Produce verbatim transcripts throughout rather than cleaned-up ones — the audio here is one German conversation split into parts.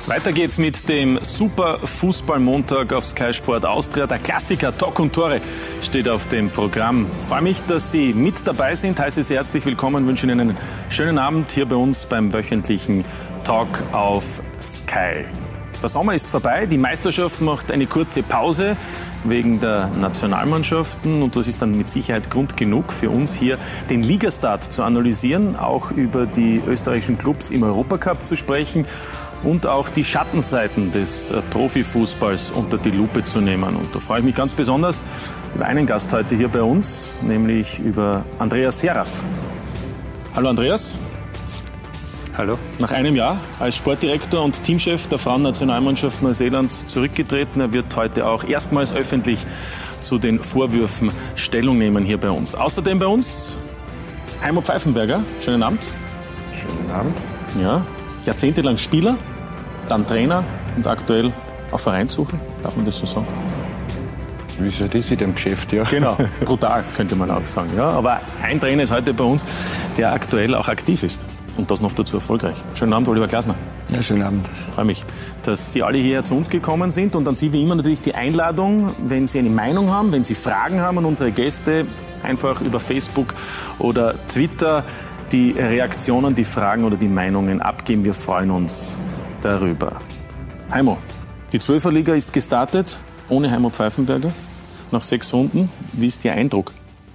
Weiter geht's mit dem Super Fußballmontag auf Sky Sport Austria. Der Klassiker Talk und Tore steht auf dem Programm. Ich freue mich, dass Sie mit dabei sind. Heiße Sie herzlich willkommen, wünsche Ihnen einen schönen Abend hier bei uns beim wöchentlichen Talk auf Sky. Der Sommer ist vorbei, die Meisterschaft macht eine kurze Pause wegen der Nationalmannschaften und das ist dann mit Sicherheit Grund genug für uns hier den Ligastart zu analysieren, auch über die österreichischen Clubs im Europacup zu sprechen und auch die Schattenseiten des Profifußballs unter die Lupe zu nehmen. Und da freue ich mich ganz besonders über einen Gast heute hier bei uns, nämlich über Andreas Seraf. Hallo Andreas. Hallo. Nach einem Jahr als Sportdirektor und Teamchef der Frauennationalmannschaft Neuseelands zurückgetreten. Er wird heute auch erstmals öffentlich zu den Vorwürfen Stellung nehmen hier bei uns. Außerdem bei uns Heimo Pfeifenberger. Schönen Abend. Schönen Abend. Ja, jahrzehntelang Spieler, dann Trainer und aktuell auf Vereinssuche. Darf man das so sagen? Wie ist das in dem Geschäft, ja? Genau, brutal könnte man auch sagen. Ja, aber ein Trainer ist heute bei uns, der aktuell auch aktiv ist. Und das noch dazu erfolgreich. Schönen Abend, Oliver Glasner. Ja, schönen Abend. Ich freue mich, dass Sie alle hierher zu uns gekommen sind. Und an Sie wie immer natürlich die Einladung, wenn Sie eine Meinung haben, wenn Sie Fragen haben an unsere Gäste, einfach über Facebook oder Twitter die Reaktionen, die Fragen oder die Meinungen abgeben. Wir freuen uns darüber. Heimo, die Zwölferliga ist gestartet, ohne Heimo Pfeifenberger, nach sechs Runden. Wie ist Ihr Eindruck?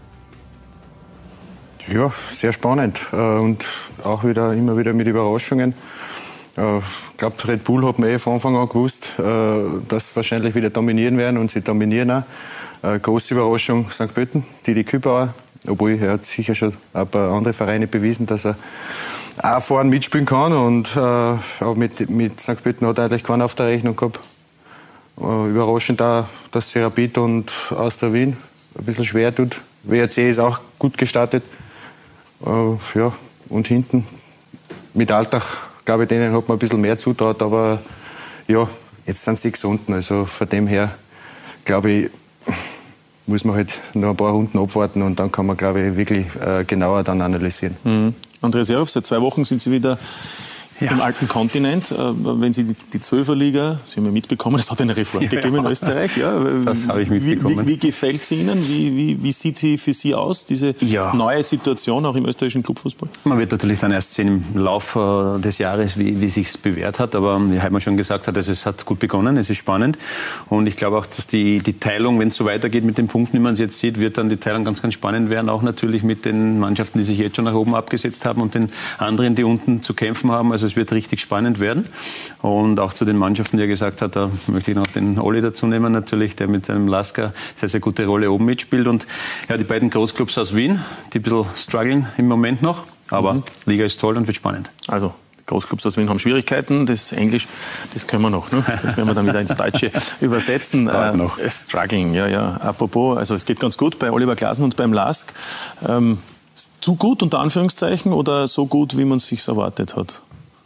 Ja, sehr spannend und auch wieder immer wieder mit Überraschungen. Ich glaube, Red Bull hat mir eh von Anfang an gewusst, dass sie wahrscheinlich wieder dominieren werden und sie dominieren auch. Große Überraschung Sankt Pölten, Didi Kübauer, obwohl er hat sicher schon ein paar andere Vereine bewiesen, dass er auch vorne mitspielen kann und äh, mit, mit Sankt Pölten hat er eigentlich keinen auf der Rechnung gehabt. Überraschend auch, dass sie Rapid und Austria Wien ein bisschen schwer tut. W R C ist auch gut gestartet. Äh, ja, und hinten mit Alltag, glaube ich, denen hat man ein bisschen mehr zutraut, aber ja, jetzt sind sechs Runden, also von dem her, glaube ich, muss man halt noch ein paar Runden abwarten und dann kann man, glaube ich, wirklich äh, genauer dann analysieren. Mhm. Andreas Seraf, seit zwei Wochen sind Sie wieder ja. im alten Kontinent. Wenn Sie die, die Zwölferliga, Sie haben ja mitbekommen, es hat eine Reform ja, gegeben in Österreich. Ja. Das habe ich mitbekommen. Wie, wie, wie gefällt sie Ihnen? Wie, wie, wie sieht sie für Sie aus, diese ja. neue Situation auch im österreichischen Clubfußball? Man wird natürlich dann erst sehen im Laufe des Jahres, wie, wie sich es bewährt hat. Aber wie Heimo schon gesagt hat, also es hat gut begonnen, es ist spannend. Und ich glaube auch, dass die, die Teilung, wenn es so weitergeht mit den Punkten, wie man es jetzt sieht, wird dann die Teilung ganz, ganz spannend werden. Auch natürlich mit den Mannschaften, die sich jetzt schon nach oben abgesetzt haben und den anderen, die unten zu kämpfen haben. Also es wird richtig spannend werden. Und auch zu den Mannschaften, die er gesagt hat, da möchte ich noch den Olli dazu nehmen natürlich, der mit seinem Lasker sehr, sehr gute Rolle oben mitspielt. Und ja, die beiden Großclubs aus Wien, die ein bisschen strugglen im Moment noch. Aber mhm. Liga ist toll und wird spannend. Also Großclubs aus Wien haben Schwierigkeiten. Das Englisch, das können wir noch. Ne? Das werden wir dann wieder ins Deutsche übersetzen. Äh, noch. Struggling, ja, ja. Apropos, also es geht ganz gut bei Oliver Glasner und beim Lask. Ähm, zu gut unter Anführungszeichen oder so gut, wie man es sich erwartet hat?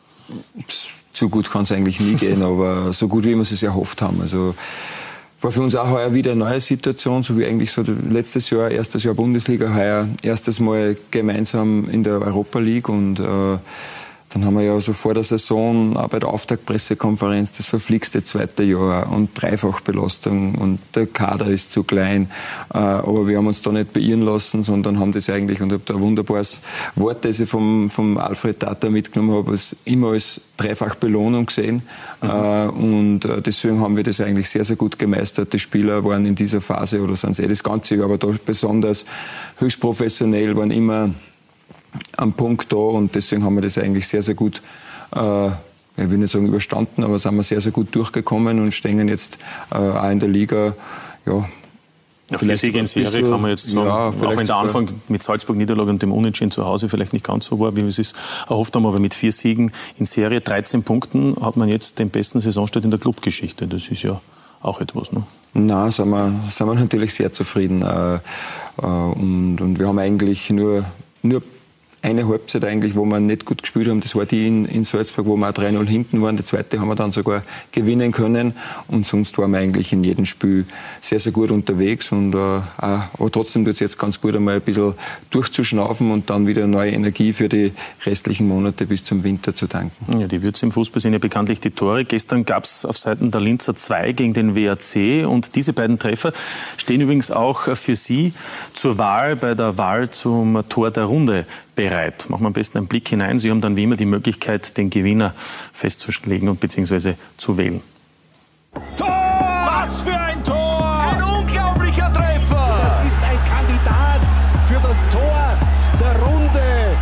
Zu gut kann es eigentlich nie gehen, aber so gut, wie wir es sich erhofft haben. Also war für uns auch heuer wieder eine neue Situation, so wie eigentlich so letztes Jahr, erstes Jahr Bundesliga, heuer erstes Mal gemeinsam in der Europa League und äh, dann haben wir ja so vor der Saison auch bei der Auftaktpressekonferenz das verflixte zweite Jahr und Dreifachbelastung und der Kader ist zu klein. Äh, aber wir haben uns da nicht beirren lassen, sondern haben das eigentlich, und ich habe da ein wunderbares Wort, das ich vom, vom Alfred Tata mitgenommen habe, als, immer als Dreifachbelohnung gesehen. Mhm. Äh, und äh, deswegen haben wir das eigentlich sehr, sehr gut gemeistert. Die Spieler waren in dieser Phase, oder sind es eh das ganze Jahr, aber da besonders höchst professionell, waren immer am Punkt da und deswegen haben wir das eigentlich sehr, sehr gut, äh, ich will nicht sagen überstanden, aber sind wir sehr, sehr gut durchgekommen und stehen jetzt äh, auch in der Liga, ja. Ja, vier Siege in Serie bisschen, kann man jetzt sagen, ja, auch wenn der Anfang mit Salzburg-Niederlage und dem Unentschieden zu Hause vielleicht nicht ganz so war, wie wir es erhofft haben, aber mit vier Siegen in Serie, dreizehn Punkten, hat man jetzt den besten Saisonstart in der Clubgeschichte. Das ist ja auch etwas, ne? Nein, sind wir, sind wir natürlich sehr zufrieden. Äh, äh, und, und wir haben eigentlich nur, nur eine Halbzeit eigentlich, wo wir nicht gut gespielt haben. Das war die in, in Salzburg, wo wir auch drei null hinten waren. Die zweite haben wir dann sogar gewinnen können. Und sonst waren wir eigentlich in jedem Spiel sehr, sehr gut unterwegs. Und, äh, auch, aber trotzdem tut es jetzt ganz gut, einmal ein bisschen durchzuschnaufen und dann wieder neue Energie für die restlichen Monate bis zum Winter zu tanken. Ja, die Würze im Fußball sind ja bekanntlich die Tore. Gestern gab es auf Seiten der Linzer zwei gegen den W A C. Und diese beiden Treffer stehen übrigens auch für Sie zur Wahl bei der Wahl zum Tor der Runde bereit. Machen wir am besten einen Blick hinein. Sie haben dann wie immer die Möglichkeit, den Gewinner festzulegen und beziehungsweise zu wählen. Tor! Was für ein Tor! Ein unglaublicher Treffer! Das ist ein Kandidat für das Tor der Runde.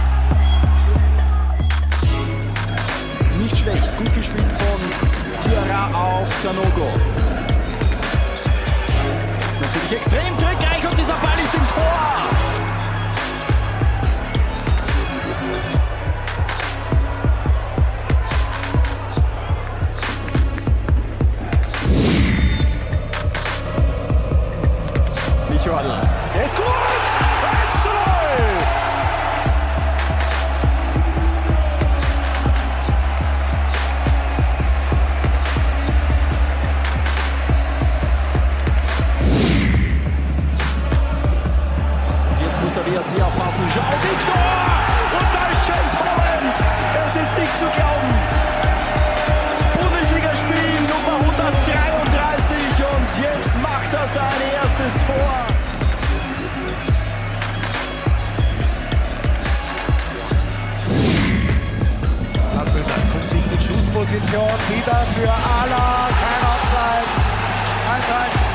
Nicht schlecht, gut gespielt von Diarra auf Sanogo. Ist natürlich extrem trickreich und dieser Ball ist im Tor! Der ist gut! eins zu null! Jetzt muss der W A C aufpassen. Schau, Victor! Und da ist James Holland! Es ist nicht zu glauben! Bundesligaspiel Nummer hundertdreiunddreißig und jetzt macht er sein erstes Tor! Schussposition wieder für Ala, kein Abseits, eins eins.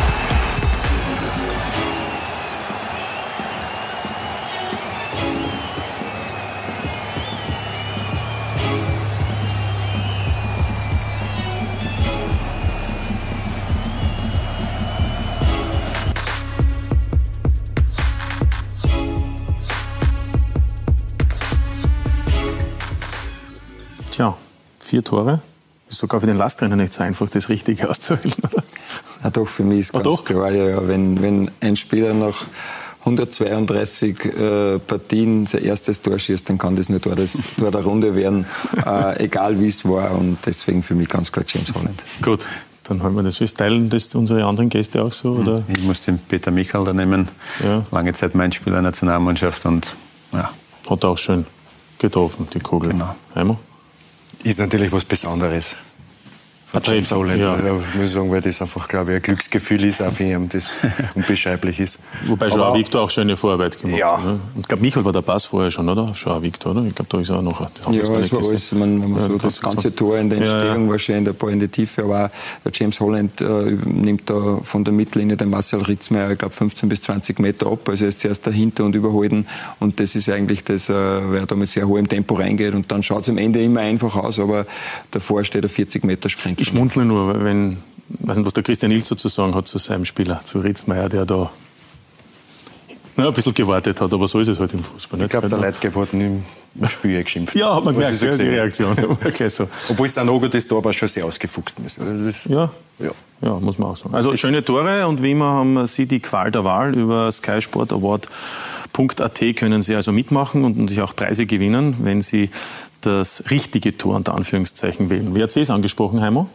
Tja, vier Tore. Ist sogar für den Lastrenner nicht so einfach, das Richtige auszuwählen, oder? Ja, doch, für mich ist ganz doch? klar, ja, ja, wenn, wenn ein Spieler nach hundertzweiunddreißig äh, Partien sein erstes Tor schießt, dann kann das nur Tor, das, Tor der Runde werden, äh, egal wie es war. Und deswegen für mich ganz klar James Holland. Gut, dann halten wir das fest. Teilen das unsere anderen Gäste auch so? Oder? Ich muss den Peter Michal da nehmen. Ja. Lange Zeit mein Spieler der Nationalmannschaft. Und, ja. Hat er auch schön getroffen, die Kugel. Genau. Heimo? Ist natürlich was Besonderes. James Holland, ja. Ja, muss ich sagen, weil das einfach, glaube ich, ein Glücksgefühl ist, auch für ihn, das unbeschreiblich ist. Wobei Joao Victor auch schöne Vorarbeit gemacht ja. hat. Ne? Ich glaube, Michael war der Pass vorher schon, oder? Auf Joao Victor, oder? Ich glaube, da ist er auch noch. Ja, es war alles, man, man ja, so das ganze Tor in der Entstehung ja, ja. war schön, der Ball in die Tiefe, aber auch der James Holland äh, nimmt da von der Mittellinie den Marcel Ritzmeier, ich glaube, fünfzehn bis zwanzig Meter ab, also er ist zuerst dahinter und überholten und das ist eigentlich das, äh, weil er da mit sehr hohem Tempo reingeht und dann schaut es am Ende immer einfach aus, aber davor steht er vierzig Meter Sprint. Ich schmunzle nur, wenn, ich weiß nicht, was der Christian Ilzer zu sagen hat zu seinem Spieler, zu Ritzmeier, der da na, ein bisschen gewartet hat, aber so ist es halt im Fußball. Ich glaube, der Leitgeb hat ihn im Spiel geschimpft. Ja, hat man gemerkt, ja, die Reaktion. Okay, so. Obwohl Sanogo das Tor aber schon sehr ausgefuchst ist. Also das, ja. Ja. ja, muss man auch sagen. Also schöne Tore und wie immer haben Sie die Qual der Wahl. Über sky sport award punkt a t können Sie also mitmachen und natürlich auch Preise gewinnen, wenn Sie das richtige Tor unter Anführungszeichen wählen. W A C ist angesprochen, Heimo.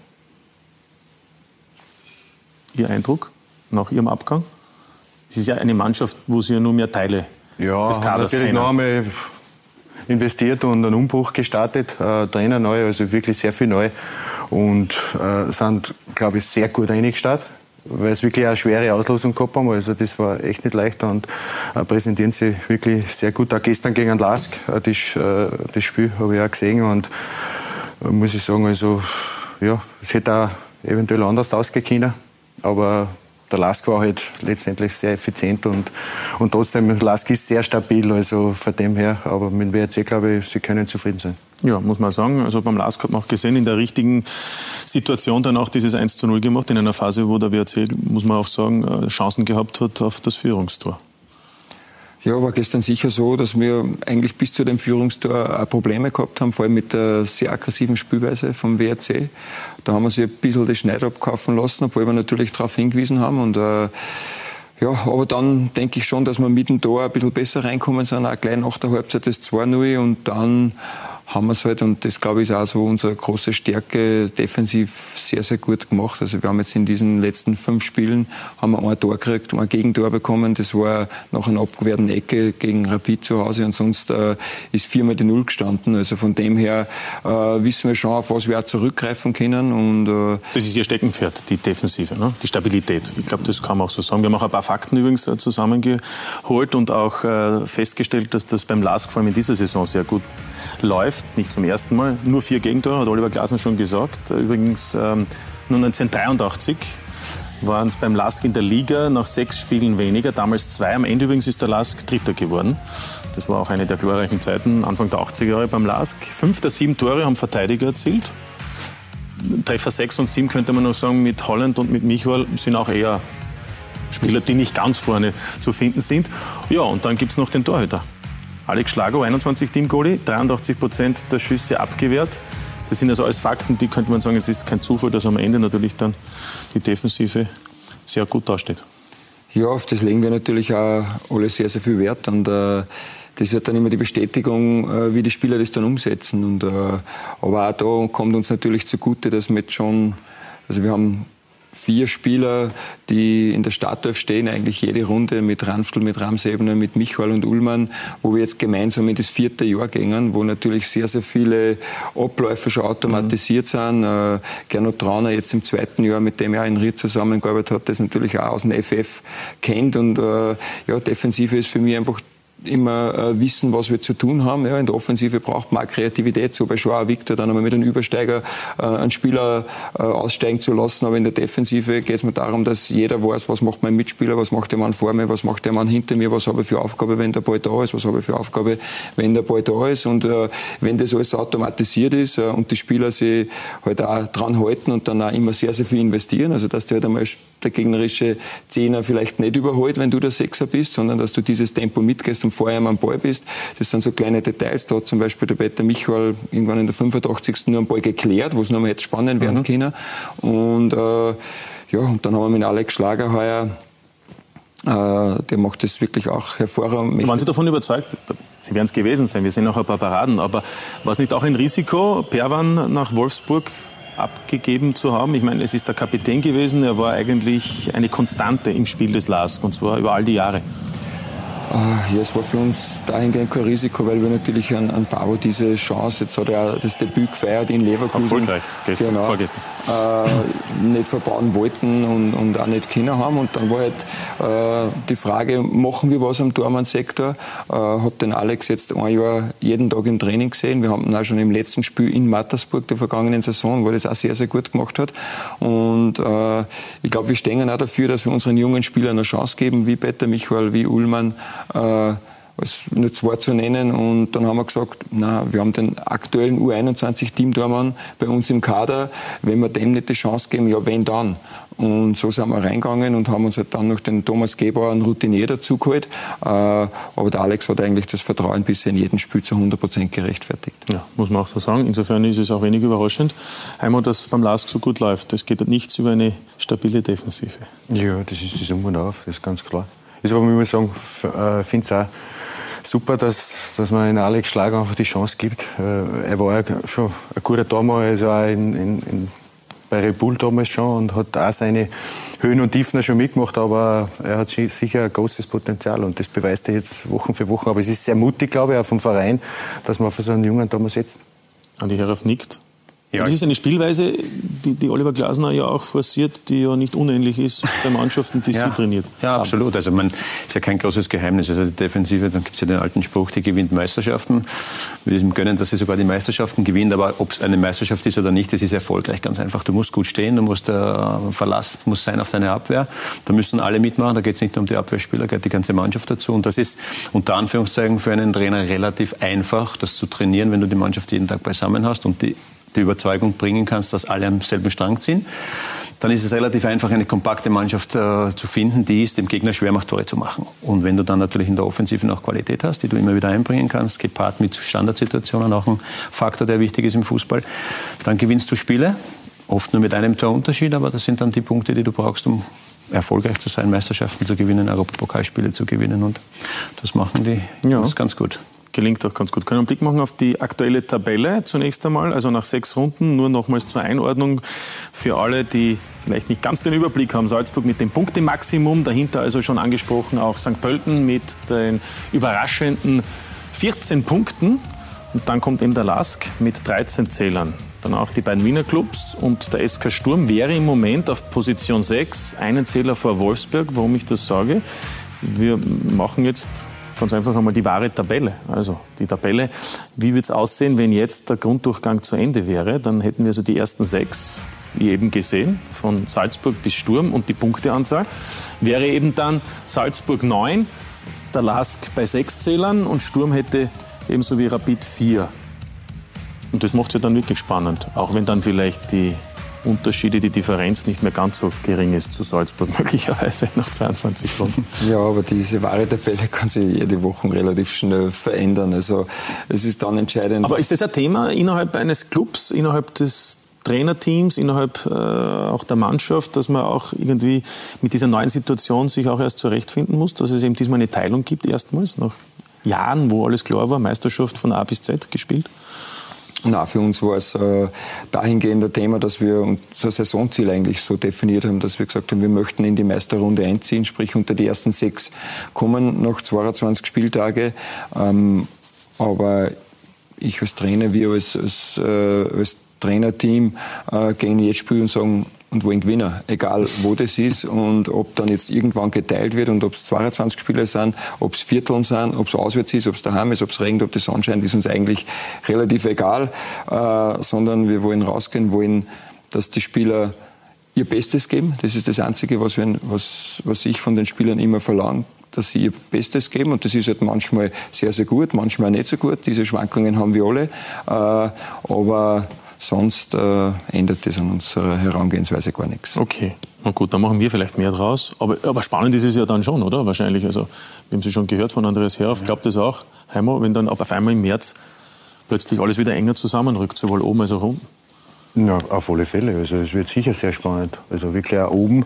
Ihr Eindruck nach Ihrem Abgang? Es ist ja eine Mannschaft, wo Sie ja nur mehr Teile ja, des Kaders natürlich noch einmal investiert und einen Umbruch gestartet. Äh, Trainer neu, also wirklich sehr viel neu. Und äh, sind, glaube ich, sehr gut reingestartet, weil es wirklich eine schwere Auslosung gehabt haben. Also das war echt nicht leicht und äh, präsentieren sie wirklich sehr gut. Auch gestern gegen den Lask, äh, das, äh, das Spiel habe ich auch gesehen und äh, muss ich sagen, also ja, es hätte auch eventuell anders ausgehen können. Aber der Lask war halt letztendlich sehr effizient und, und trotzdem, Lask ist sehr stabil, also von dem her, aber mit dem W A C, glaube ich, sie können zufrieden sein. Ja, muss man sagen. Also beim Lask hat man auch gesehen, in der richtigen Situation dann auch dieses eins zu null gemacht, in einer Phase, wo der W A C, muss man auch sagen, Chancen gehabt hat auf das Führungstor. Ja, war gestern sicher so, dass wir eigentlich bis zu dem Führungstor auch Probleme gehabt haben, vor allem mit der sehr aggressiven Spielweise vom W A C. Da haben wir sich ein bisschen das Schneid abkaufen lassen, obwohl wir natürlich darauf hingewiesen haben. Und äh, Ja, aber dann denke ich schon, dass wir mit dem Tor ein bisschen besser reinkommen sind, auch gleich nach der Halbzeit das zwei null und dann haben wir es halt, und das glaube ich ist auch so unsere große Stärke, defensiv sehr, sehr gut gemacht. Also wir haben jetzt in diesen letzten fünf Spielen haben wir ein Tor gekriegt, ein Gegentor bekommen, das war nach einer abgewehrten Ecke gegen Rapid zu Hause und sonst äh, ist viermal die Null gestanden. Also von dem her äh, wissen wir schon, auf was wir auch zurückgreifen können. Und, äh das ist Ihr Steckenpferd, die Defensive, ne? Die Stabilität. Ich glaube, das kann man auch so sagen. Wir haben auch ein paar Fakten übrigens äh, zusammengeholt und auch äh, festgestellt, dass das beim LASK vor allem in dieser Saison sehr gut läuft, nicht zum ersten Mal. Nur vier Gegentore, hat Oliver Glasner schon gesagt. Übrigens ähm, nur neunzehnhundertdreiundachtzig waren es beim LASK in der Liga nach sechs Spielen weniger. Damals zwei. Am Ende übrigens ist der LASK Dritter geworden. Das war auch eine der glorreichen Zeiten, Anfang der achtziger Jahre beim LASK. Fünf der sieben Tore haben Verteidiger erzielt. Treffer sechs und sieben könnte man noch sagen, mit Holland und mit Michael sind auch eher Spieler, die nicht ganz vorne zu finden sind. Ja, und dann gibt es noch den Torhüter. Alex Schlager, einundzwanzig Team-Goalie, dreiundachtzig Prozent der Schüsse abgewehrt. Das sind also alles Fakten, die könnte man sagen, es ist kein Zufall, dass am Ende natürlich dann die Defensive sehr gut dasteht. Ja, auf das legen wir natürlich auch alle sehr, sehr viel Wert. Und äh, das wird dann immer die Bestätigung, äh, wie die Spieler das dann umsetzen. Und, äh, aber auch da kommt uns natürlich zugute, dass wir jetzt schon, also wir haben vier Spieler, die in der Startelf stehen, eigentlich jede Runde mit Ranftl, mit Ramsebner, mit Michael und Ullmann, wo wir jetzt gemeinsam in das vierte Jahr gehen, wo natürlich sehr, sehr viele Abläufe schon automatisiert mhm. sind. Äh, Gernot Trauner jetzt im zweiten Jahr, mit dem er in Ried zusammengearbeitet hat, das natürlich auch aus dem F F kennt. Und äh, ja, Defensive ist für mich einfach immer äh, wissen, was wir zu tun haben. Ja, in der Offensive braucht man auch Kreativität, so bei Joao Victor dann einmal mit einem Übersteiger äh, einen Spieler äh, aussteigen zu lassen. Aber in der Defensive geht es mir darum, dass jeder weiß, was macht mein Mitspieler, was macht der Mann vor mir, was macht der Mann hinter mir, was habe ich für Aufgabe, wenn der Ball da ist, was habe ich für Aufgabe, wenn der Ball da ist. Und äh, wenn das alles automatisiert ist äh, und die Spieler sich halt auch dran halten und dann auch immer sehr, sehr viel investieren, also dass der halt einmal der gegnerische Zehner vielleicht nicht überholt, wenn du der Sechser bist, sondern dass du dieses Tempo mitgehst und vorher am Ball bist. Das sind so kleine Details. Da hat zum Beispiel der Peter Michael irgendwann in der fünfundachtzigsten nur einen Ball geklärt, wo es noch mal hätte spannend werden mhm. können. Und, äh, ja, und dann haben wir mit Alex Schlager heuer, äh, der macht das wirklich auch hervorragend. Waren Sie davon überzeugt? Sie werden es gewesen sein, wir sehen noch ein paar Paraden, aber war es nicht auch ein Risiko, Perwan nach Wolfsburg abgegeben zu haben? Ich meine, es ist der Kapitän gewesen, er war eigentlich eine Konstante im Spiel des LASK, und zwar über all die Jahre. Ja, es war für uns dahingehend kein Risiko, weil wir natürlich an, an Pavo diese Chance, jetzt hat er das Debüt gefeiert in Leverkusen. Erfolgreich, gestern, genau, vorgestern. Äh, nicht verbauen wollten und, und auch nicht können haben. Und dann war halt äh, die Frage, machen wir was am Tormann-Sektor? Äh, hat den Alex jetzt ein Jahr jeden Tag im Training gesehen. Wir haben ihn auch schon im letzten Spiel in Mattersburg der vergangenen Saison, wo er das auch sehr, sehr gut gemacht hat. Und äh, ich glaube, wir stehen auch dafür, dass wir unseren jungen Spielern eine Chance geben, wie Peter Michael, wie Ullmann, Äh, als nur zwei zu nennen. Und dann haben wir gesagt, na, wir haben den aktuellen U einundzwanzig Teamtormann bei uns im Kader. Wenn wir dem nicht die Chance geben, ja, wenn dann? Und so sind wir reingegangen und haben uns halt dann noch den Thomas Gebauer, einen Routinier, dazugeholt. Äh, aber der Alex hat eigentlich das Vertrauen bisher in jedem Spiel zu hundert Prozent gerechtfertigt. Ja, muss man auch so sagen. Insofern ist es auch wenig überraschend, einmal, dass beim LASK so gut läuft. Es geht nichts über eine stabile Defensive. Ja, das ist das Um und Auf, das ist ganz klar. Also, ich muss sagen, ich finde es auch super, dass, dass man in Alex Schlager einfach die Chance gibt. Er war ja schon ein guter Tormann, also auch in, in, in, bei Red Bull damals schon und hat auch seine Höhen und Tiefen schon mitgemacht, aber er hat sicher ein großes Potenzial und das beweist er jetzt Wochen für Wochen. Aber es ist sehr mutig, glaube ich, auch vom Verein, dass man auf so einen Jungen damals setzt. Andi Herauf nickt. Ja. Das ist eine Spielweise, die, die Oliver Glasner ja auch forciert, die ja nicht unähnlich ist bei Mannschaften, die ja. sie trainiert. Ja, absolut. Also man ist ja kein großes Geheimnis. Also die Defensive, dann gibt es ja den alten Spruch, die gewinnt Meisterschaften. Mit diesem Gönnen, dass sie sogar die Meisterschaften gewinnt. Aber ob es eine Meisterschaft ist oder nicht, das ist erfolgreich. Ganz einfach. Du musst gut stehen, du musst der Verlass muss sein auf deine Abwehr. Da müssen alle mitmachen. Da geht es nicht nur um die Abwehrspieler, da gehört die ganze Mannschaft dazu. Und das ist unter Anführungszeichen für einen Trainer relativ einfach, das zu trainieren, wenn du die Mannschaft jeden Tag beisammen hast und die die Überzeugung bringen kannst, dass alle am selben Strang ziehen, dann ist es relativ einfach, eine kompakte Mannschaft äh, zu finden, die es dem Gegner schwer macht, Tore zu machen. Und wenn du dann natürlich in der Offensive noch Qualität hast, die du immer wieder einbringen kannst, gepaart mit Standardsituationen, auch ein Faktor, der wichtig ist im Fußball, dann gewinnst du Spiele, oft nur mit einem Torunterschied, aber das sind dann die Punkte, die du brauchst, um erfolgreich zu sein, Meisterschaften zu gewinnen, Europapokalspiele zu gewinnen. Und das machen die ja. ganz gut. Gelingt auch ganz gut. Können wir einen Blick machen auf die aktuelle Tabelle zunächst einmal. Also nach sechs Runden, nur nochmals zur Einordnung für alle, die vielleicht nicht ganz den Überblick haben. Salzburg mit dem Punktemaximum, dahinter also schon angesprochen auch Sankt Pölten mit den überraschenden vierzehn Punkten. Und dann kommt eben der Lask mit dreizehn Zählern. Dann auch die beiden Wiener Clubs und der S K Sturm wäre im Moment auf Position sechs, einen Zähler vor Wolfsberg. Warum ich das sage? Wir machen jetzt ganz einfach einmal die wahre Tabelle. Also die Tabelle, wie wird es aussehen, wenn jetzt der Grunddurchgang zu Ende wäre? Dann hätten wir also die ersten sechs, wie eben gesehen, von Salzburg bis Sturm und die Punkteanzahl. Wäre eben dann Salzburg neun, der Lask bei sechs Zählern und Sturm hätte ebenso wie Rapid vier. Und das macht es ja dann wirklich spannend, auch wenn dann vielleicht die Unterschiede, die Differenz nicht mehr ganz so gering ist zu Salzburg, möglicherweise nach zweiundzwanzig Runden. Ja, aber diese wahre Tabelle kann sich jede Woche relativ schnell verändern. Also es ist dann entscheidend. Aber ist das ein Thema innerhalb eines Clubs, innerhalb des Trainerteams, innerhalb äh, auch der Mannschaft, dass man auch irgendwie mit dieser neuen Situation sich auch erst zurechtfinden muss, dass es eben diesmal eine Teilung gibt, erstmals nach Jahren, wo alles klar war, Meisterschaft von A bis Z gespielt? Na, für uns war es äh, dahingehend ein Thema, dass wir unser Saisonziel eigentlich so definiert haben, dass wir gesagt haben, wir möchten in die Meisterrunde einziehen, sprich unter die ersten sechs kommen nach zweiundzwanzig Spieltage. Ähm, aber ich als Trainer, wir als, als, äh, als Trainerteam äh, gehen jetzt spielen und sagen, und wollen gewinnen, egal wo das ist und ob dann jetzt irgendwann geteilt wird und ob es zweiundzwanzig Spieler sind, ob es Vierteln sind, ob es auswärts ist, ob es daheim ist, ob es regnet, ob das anscheint, ist uns eigentlich relativ egal, äh, sondern wir wollen rausgehen, wollen, dass die Spieler ihr Bestes geben. Das ist das Einzige, was, wir, was, was ich von den Spielern immer verlange, dass sie ihr Bestes geben und das ist halt manchmal sehr, sehr gut, manchmal nicht so gut. Diese Schwankungen haben wir alle, äh, aber sonst äh, ändert das an unserer Herangehensweise gar nichts. Okay, na gut, dann machen wir vielleicht mehr draus. Aber, aber spannend ist es ja dann schon, oder? Wahrscheinlich. Also, wir haben es schon gehört von Andreas Herhoff. Ja. Glaubt das auch, Heimo, wenn dann auf einmal im März plötzlich alles wieder enger zusammenrückt, sowohl oben als auch unten? Ja, auf alle Fälle. Also es wird sicher sehr spannend. Also wirklich auch oben,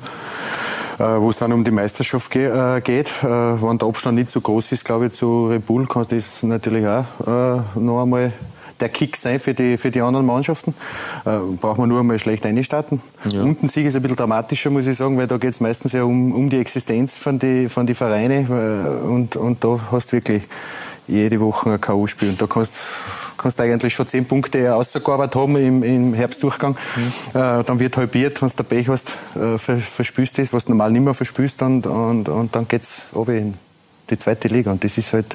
äh, wo es dann um die Meisterschaft ge äh, geht. Äh, wenn der Abstand nicht so groß ist, glaube ich, zu Red Bull, kann das natürlich auch äh, noch einmal der Kick sein für die, für die anderen Mannschaften. Äh, braucht man nur einmal schlecht einstarten. Ja. Unten Sieg ist ein bisschen dramatischer, muss ich sagen, weil da geht es meistens ja um, um die Existenz von den von die Vereine. Äh, und, und da hast du wirklich jede Woche ein K O-Spiel. Und da kannst kannst du eigentlich schon zehn Punkte ausgearbeitet haben im, im Herbstdurchgang. Mhm. Äh, dann wird halbiert, wenn du Pech hast, äh, verspürst das, was du normal nicht mehr verspürst. Und, und, und dann geht es in die zweite Liga. Und das ist halt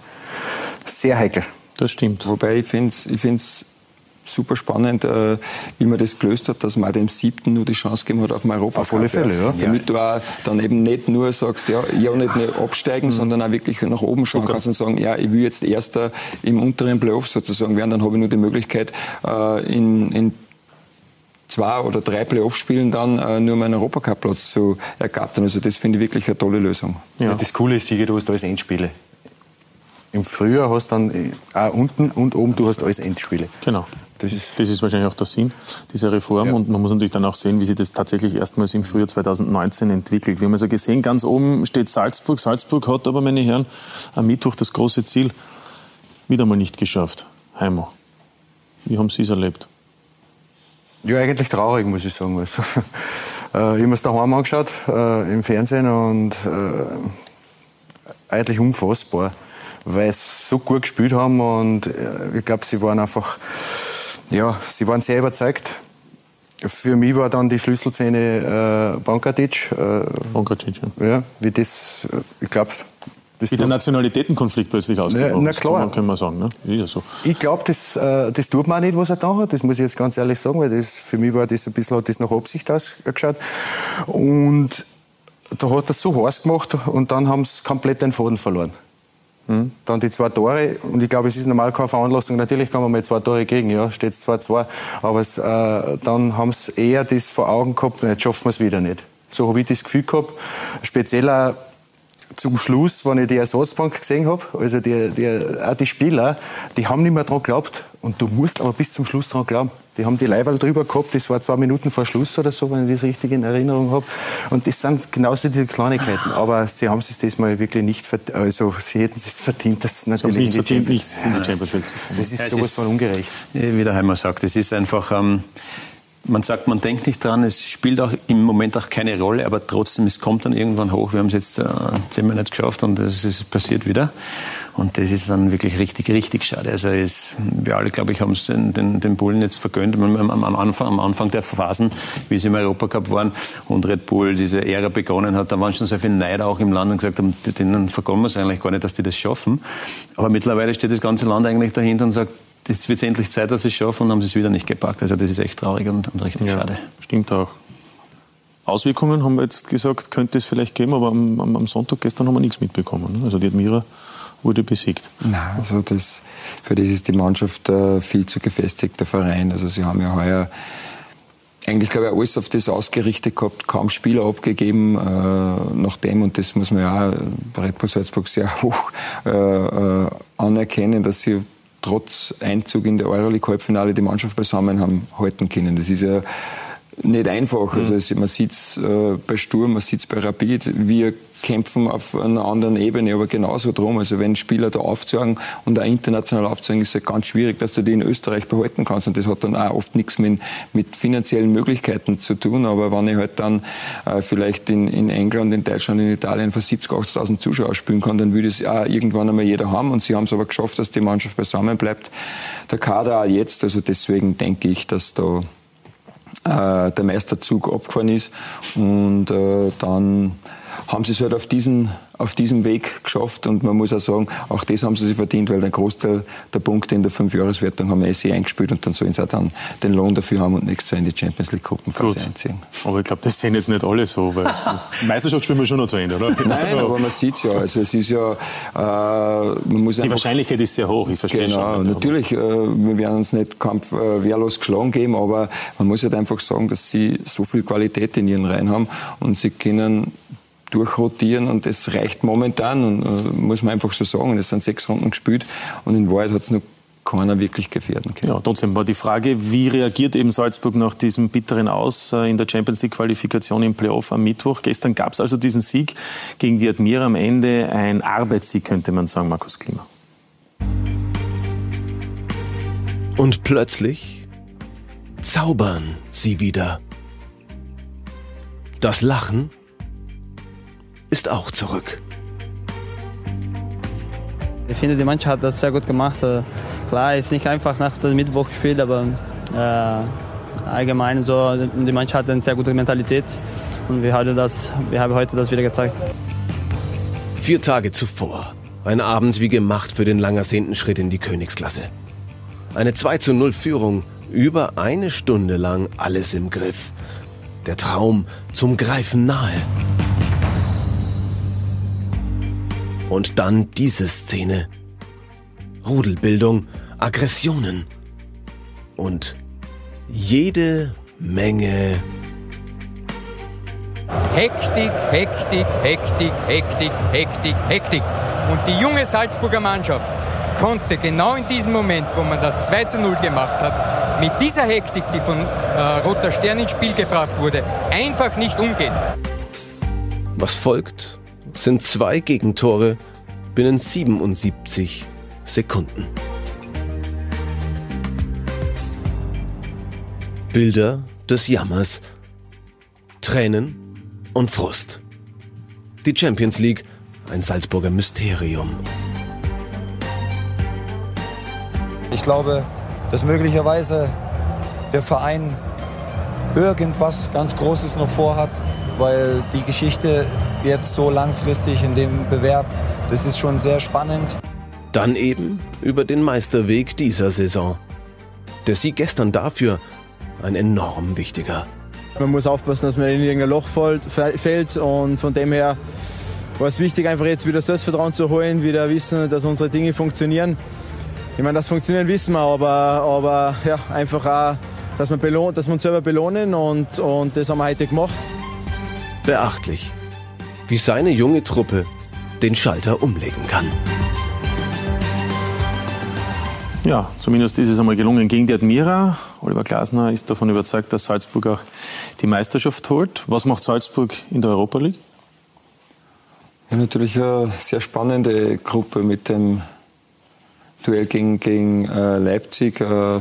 sehr heikel. Das stimmt. Wobei ich finde es ich find's super spannend, äh, wie man das gelöst hat, dass man dem siebten nur die Chance gegeben hat auf dem Europa. Auf alle Fälle, ja. Damit du auch dann eben nicht nur sagst, ja, ja nicht nur absteigen, mhm. sondern auch wirklich nach oben schauen okay. kannst und sagen, ja, ich will jetzt Erster im unteren Playoff sozusagen werden, dann habe ich nur die Möglichkeit, äh, in, in zwei oder drei Playoff-Spielen dann äh, nur meinen Europacup-Platz zu ergattern. Also das finde ich wirklich eine tolle Lösung. Ja. Ja, das Coole ist, du hast alles Endspiele. Im Frühjahr hast du dann auch unten und oben, du hast alles Endspiele. Genau. Das ist, das ist wahrscheinlich auch der Sinn dieser Reform. Ja. Und man muss natürlich dann auch sehen, wie sich das tatsächlich erstmals im Frühjahr zweitausendneunzehn entwickelt. Wir haben also gesehen, ganz oben steht Salzburg. Salzburg hat aber, meine Herren, am Mittwoch das große Ziel wieder mal nicht geschafft. Heimo, wie haben Sie es erlebt? Ja, eigentlich traurig, muss ich sagen. Also, äh, ich habe mir es daheim angeschaut, äh, im Fernsehen, und äh, eigentlich unfassbar, weil sie so gut gespielt haben, und äh, ich glaube, sie waren einfach, ja, sie waren sehr überzeugt. Für mich war dann die Schlüsselszene äh, Bankatic. Äh, Bankatic, ja. Ja, wie das, äh, ich glaube, wie der Nationalitätenkonflikt plötzlich ausgebrochen ist, na klar. Kann man sagen. Ne? Ist ja so. Ich glaube, das, äh, das tut man auch nicht, was er da hat. Das muss ich jetzt ganz ehrlich sagen, weil das, für mich war das ein bisschen, hat das nach Absicht ausgeschaut. Und da hat er es so heiß gemacht, und dann haben sie komplett den Faden verloren. Mhm. Dann die zwei Tore, und ich glaube, es ist normal keine Veranlassung. Natürlich kann man mal zwei Tore kriegen, ja, steht es zwei zwei. Aber es, äh, dann haben sie eher das vor Augen gehabt, jetzt schaffen wir es wieder nicht. So habe ich das Gefühl gehabt. Speziell auch zum Schluss, wenn ich die Ersatzbank gesehen habe, also die, die, auch die Spieler, die haben nicht mehr daran geglaubt. Und du musst aber bis zum Schluss daran glauben. Die haben die Leiberl drüber gehabt, das war zwei Minuten vor Schluss oder so, wenn ich das richtig in Erinnerung habe. Und das sind genauso die Kleinigkeiten. Aber sie haben es diesmal wirklich nicht verdient. Also sie hätten es verdient, dass natürlich nicht in die verdient, Champions, nicht in die Champions League. Das ist ja, sowas ist, von ungerecht. Wie der Heimer sagt, es ist einfach... Ähm Man sagt, man denkt nicht dran, es spielt auch im Moment auch keine Rolle, aber trotzdem, es kommt dann irgendwann hoch. Wir haben es jetzt äh, zehnmal nicht geschafft und es ist passiert wieder. Und das ist dann wirklich richtig, richtig schade. Also es, wir alle, glaube ich, haben es den, den, den Bullen jetzt vergönnt. Am, am, Anfang, am Anfang der Phasen, wie sie im Europacup waren und Red Bull diese Ära begonnen hat, da waren schon sehr viele Neider auch im Land und gesagt haben, denen vergönnen wir es eigentlich gar nicht, dass die das schaffen. Aber mittlerweile steht das ganze Land eigentlich dahinter und sagt, jetzt wird es endlich Zeit, dass sie es schaffen, und haben sie es wieder nicht gepackt. Also das ist echt traurig und, und richtig ja, schade. Stimmt auch. Auswirkungen haben wir jetzt gesagt, könnte es vielleicht geben, aber am, am Sonntag gestern haben wir nichts mitbekommen. Also die Admira wurde besiegt. Nein, also das, für das ist die Mannschaft äh, viel zu gefestigt, der Verein. Also sie haben ja heuer eigentlich, glaube ich, alles auf das ausgerichtet gehabt, kaum Spieler abgegeben, äh, nach dem, und das muss man ja auch bei Red Bull Salzburg sehr hoch äh, äh, anerkennen, dass sie trotz Einzug in der Euroleague-Halbfinale die Mannschaft beisammen haben halten können. Das ist ja nicht einfach. Also es, man sieht es äh, bei Sturm, man sieht es bei Rapid. Wir kämpfen auf einer anderen Ebene, aber genauso drum. Also wenn Spieler da aufzeigen und auch international aufzeigen, ist es ganz schwierig, dass du die in Österreich behalten kannst. Und das hat dann auch oft nichts mit, mit finanziellen Möglichkeiten zu tun. Aber wenn ich halt dann äh, vielleicht in, in England, in Deutschland, in Italien vor siebzig, achtzigtausend Zuschauer spielen kann, dann würde es auch irgendwann einmal jeder haben. Und sie haben es aber geschafft, dass die Mannschaft beisammen bleibt. Der Kader auch jetzt. Also deswegen denke ich, dass da äh, der Meisterzug abgefahren ist. Und äh, dann haben sie es halt auf diesen, auf diesem Weg geschafft, und man muss auch sagen, auch das haben sie sich verdient, weil der Großteil der Punkte in der Fünfjahreswertung haben wir eh eingespielt, und dann sollen sie auch dann den Lohn dafür haben und nächstes Jahr in die Champions League Gruppenphase einziehen. Aber ich glaube, das sehen jetzt nicht alle so, weil die Meisterschaft spielen wir schon noch zu Ende, oder? Nein, aber man sieht es ja. Also es ist ja, äh, man muss die einfach, Wahrscheinlichkeit ist sehr hoch, ich verstehe genau, schon. Genau, natürlich, äh, wir werden uns nicht kampf, äh, wehrlos geschlagen geben, aber man muss halt einfach sagen, dass sie so viel Qualität in ihren Reihen haben, und sie können durchrotieren, und das reicht momentan, und äh, muss man einfach so sagen. Es sind sechs Runden gespielt, und in Wahrheit hat es noch keiner wirklich gefährden können. Ja, trotzdem war die Frage, wie reagiert eben Salzburg nach diesem bitteren Aus in der Champions League Qualifikation im Playoff am Mittwoch. Gestern gab es also diesen Sieg gegen die Admira, am Ende ein Arbeitssieg, könnte man sagen, Markus Klima. Und plötzlich zaubern sie wieder. Das Lachen ist auch zurück. Ich finde, die Mannschaft hat das sehr gut gemacht. Klar, ist nicht einfach nach dem Mittwoch gespielt, aber äh, allgemein so, die Mannschaft hat eine sehr gute Mentalität, und wir haben, das, wir haben heute das wieder gezeigt. Vier Tage zuvor, ein Abend wie gemacht für den lang ersehnten Schritt in die Königsklasse. Eine zwei zu null Führung, über eine Stunde lang alles im Griff. Der Traum zum Greifen nahe. Und dann diese Szene. Rudelbildung, Aggressionen und jede Menge Hektik, Hektik, Hektik, Hektik, Hektik, Hektik. Und die junge Salzburger Mannschaft konnte genau in diesem Moment, wo man das zwei zu null gemacht hat, mit dieser Hektik, die von äh, Roter Stern ins Spiel gebracht wurde, einfach nicht umgehen. Was folgt, sind zwei Gegentore binnen siebenundsiebzig Sekunden. Bilder des Jammers, Tränen und Frust. Die Champions League, ein Salzburger Mysterium. Ich glaube, dass möglicherweise der Verein irgendwas ganz Großes noch vorhat, weil die Geschichte jetzt so langfristig in dem bewährt, das ist schon sehr spannend. Dann eben über den Meisterweg dieser Saison. Der Sieg gestern dafür ein enorm wichtiger. Man muss aufpassen, dass man in irgendein Loch fällt, und von dem her war es wichtig, einfach jetzt wieder Selbstvertrauen zu holen, wieder wissen, dass unsere Dinge funktionieren. Ich meine, das Funktionieren wissen wir, aber, aber ja, einfach auch, dass wir, belohnt, dass wir uns selber belohnen, und, und das haben wir heute gemacht. Beachtlich, wie seine junge Truppe den Schalter umlegen kann. Ja, zumindest ist es einmal gelungen gegen die Admira. Oliver Glasner ist davon überzeugt, dass Salzburg auch die Meisterschaft holt. Was macht Salzburg in der Europa League? Ja, natürlich eine sehr spannende Gruppe mit dem Duell gegen, gegen äh, Leipzig. Äh, ja,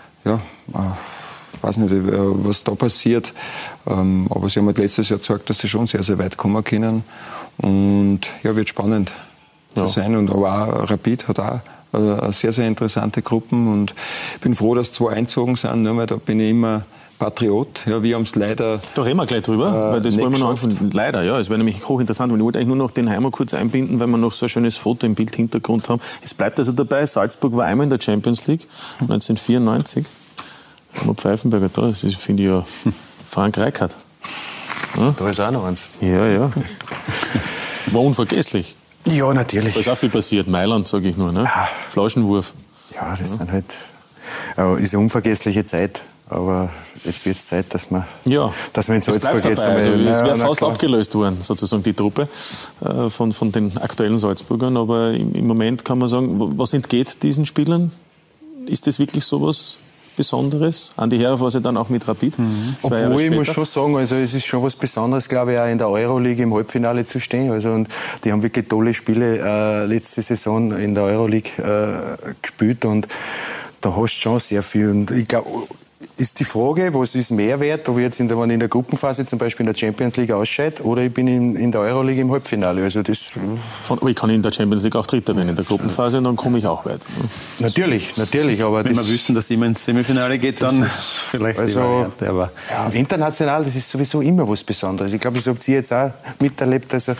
äh, weiß nicht, äh, was da passiert. Ähm, aber sie haben halt letztes Jahr gezeigt, dass sie schon sehr, sehr weit kommen können. Und ja, wird spannend ja. zu sein. Und aber auch Rapid hat auch äh, sehr, sehr interessante Gruppen. Und ich bin froh, dass zwei eingezogen sind. Nur weil da bin ich immer Patriot. Ja, wir haben es leider. Da reden wir gleich drüber, äh, weil das wollen wir noch anfangen. Leider, ja. Es wäre nämlich hochinteressant. Und ich wollte eigentlich nur noch den Heimer kurz einbinden, weil wir noch so ein schönes Foto im Bildhintergrund haben. Es bleibt also dabei, Salzburg war einmal in der Champions League, neunzehnhundertvierundneunzig. Haben Pfeifenberger da, das finde ich ja Frank Rijkaard. Ja? Da ist auch noch eins. Ja, ja. War unvergesslich. Ja, natürlich. Da ist auch viel passiert. Mailand, sage ich nur. Ne? Ja. Flaschenwurf. Ja, das ja. sind halt. Äh, ist eine unvergessliche Zeit. Aber jetzt wird es Zeit, dass wir, ja. dass wir in Salzburg jetzt einmal... Also, es wäre fast klar. abgelöst worden, sozusagen die Truppe äh, von, von den aktuellen Salzburgern. Aber im, im Moment kann man sagen, was entgeht diesen Spielern? Ist das wirklich sowas Besonderes? Andi Herr war ja dann auch mit Rapid. Mhm. Obwohl, ich muss schon sagen, also es ist schon was Besonderes, glaube ich, auch in der Euroleague im Halbfinale zu stehen. Also, und die haben wirklich tolle Spiele äh, letzte Saison in der Euroleague äh, gespielt und da hast du schon sehr viel. Und ich glaube, ist die Frage, was ist mehr wert, ob ich jetzt in der, wenn ich in der Gruppenphase zum Beispiel in der Champions League ausscheide oder ich bin in, in der Euroleague im Halbfinale. Also das aber ich kann in der Champions League auch Dritter werden in der Gruppenphase und dann komme ich auch weit. Natürlich, natürlich. Aber wenn das, wir wüssten, dass immer ins Semifinale geht, dann vielleicht also, die Variante. Aber ja, international, das ist sowieso immer was Besonderes. Ich glaube, das habt ihr jetzt auch miterlebt. Also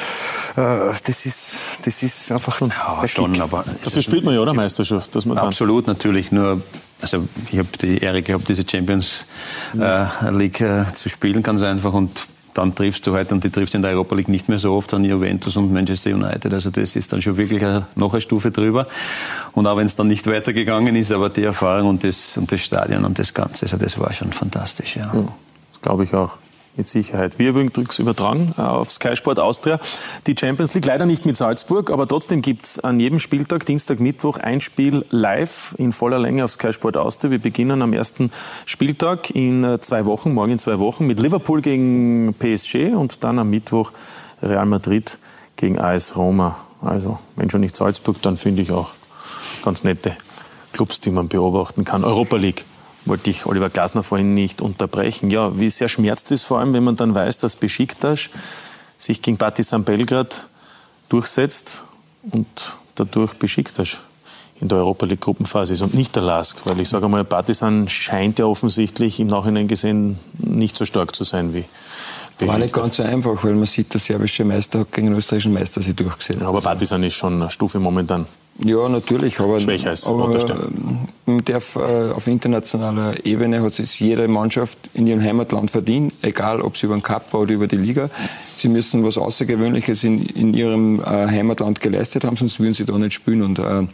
das ist, das ist einfach ja, schon, aber dafür spielt man ja, oder, Meisterschaft? Dass man absolut, natürlich. Nur, also ich habe die Ehre gehabt, diese Champions äh, League äh, zu spielen, ganz einfach. Und dann triffst du halt, und die triffst in der Europa League nicht mehr so oft, an Juventus und Manchester United. Also das ist dann schon wirklich eine, noch eine Stufe drüber. Und auch wenn es dann nicht weitergegangen ist, aber die Erfahrung und das, und das Stadion und das Ganze, also das war schon fantastisch. Ja. Ja, das glaube ich auch. Mit Sicherheit. Wir übrigens übertragen auf Sky Sport Austria die Champions League. Leider nicht mit Salzburg, aber trotzdem gibt es an jedem Spieltag, Dienstag, Mittwoch, ein Spiel live in voller Länge auf Sky Sport Austria. Wir beginnen am ersten Spieltag in zwei Wochen, morgen in zwei Wochen, mit Liverpool gegen P S G und dann am Mittwoch Real Madrid gegen A S Roma. Also, wenn schon nicht Salzburg, dann finde ich auch ganz nette Clubs, die man beobachten kann. Europa League. Wollte ich Oliver Glasner vorhin nicht unterbrechen. Ja, wie sehr schmerzt es vor allem, wenn man dann weiß, dass Besiktas sich gegen Partizan Belgrad durchsetzt und dadurch Besiktas in der Europa League Gruppenphase ist und nicht der Lask. Weil ich sage einmal, Partizan scheint ja offensichtlich im Nachhinein gesehen nicht so stark zu sein wie Besiktas. War nicht ganz so einfach, weil man sieht, der serbische Meister hat gegen den österreichischen Meister sich durchgesetzt. Ja, aber Partizan ist schon eine Stufe momentan. Ja, natürlich, aber, schwächer als aber man darf, äh, auf internationaler Ebene hat es jede Mannschaft in ihrem Heimatland verdient, egal ob sie über den Cup war oder über die Liga. Sie müssen was Außergewöhnliches in, in ihrem äh, Heimatland geleistet haben, sonst würden sie da nicht spielen. Und äh,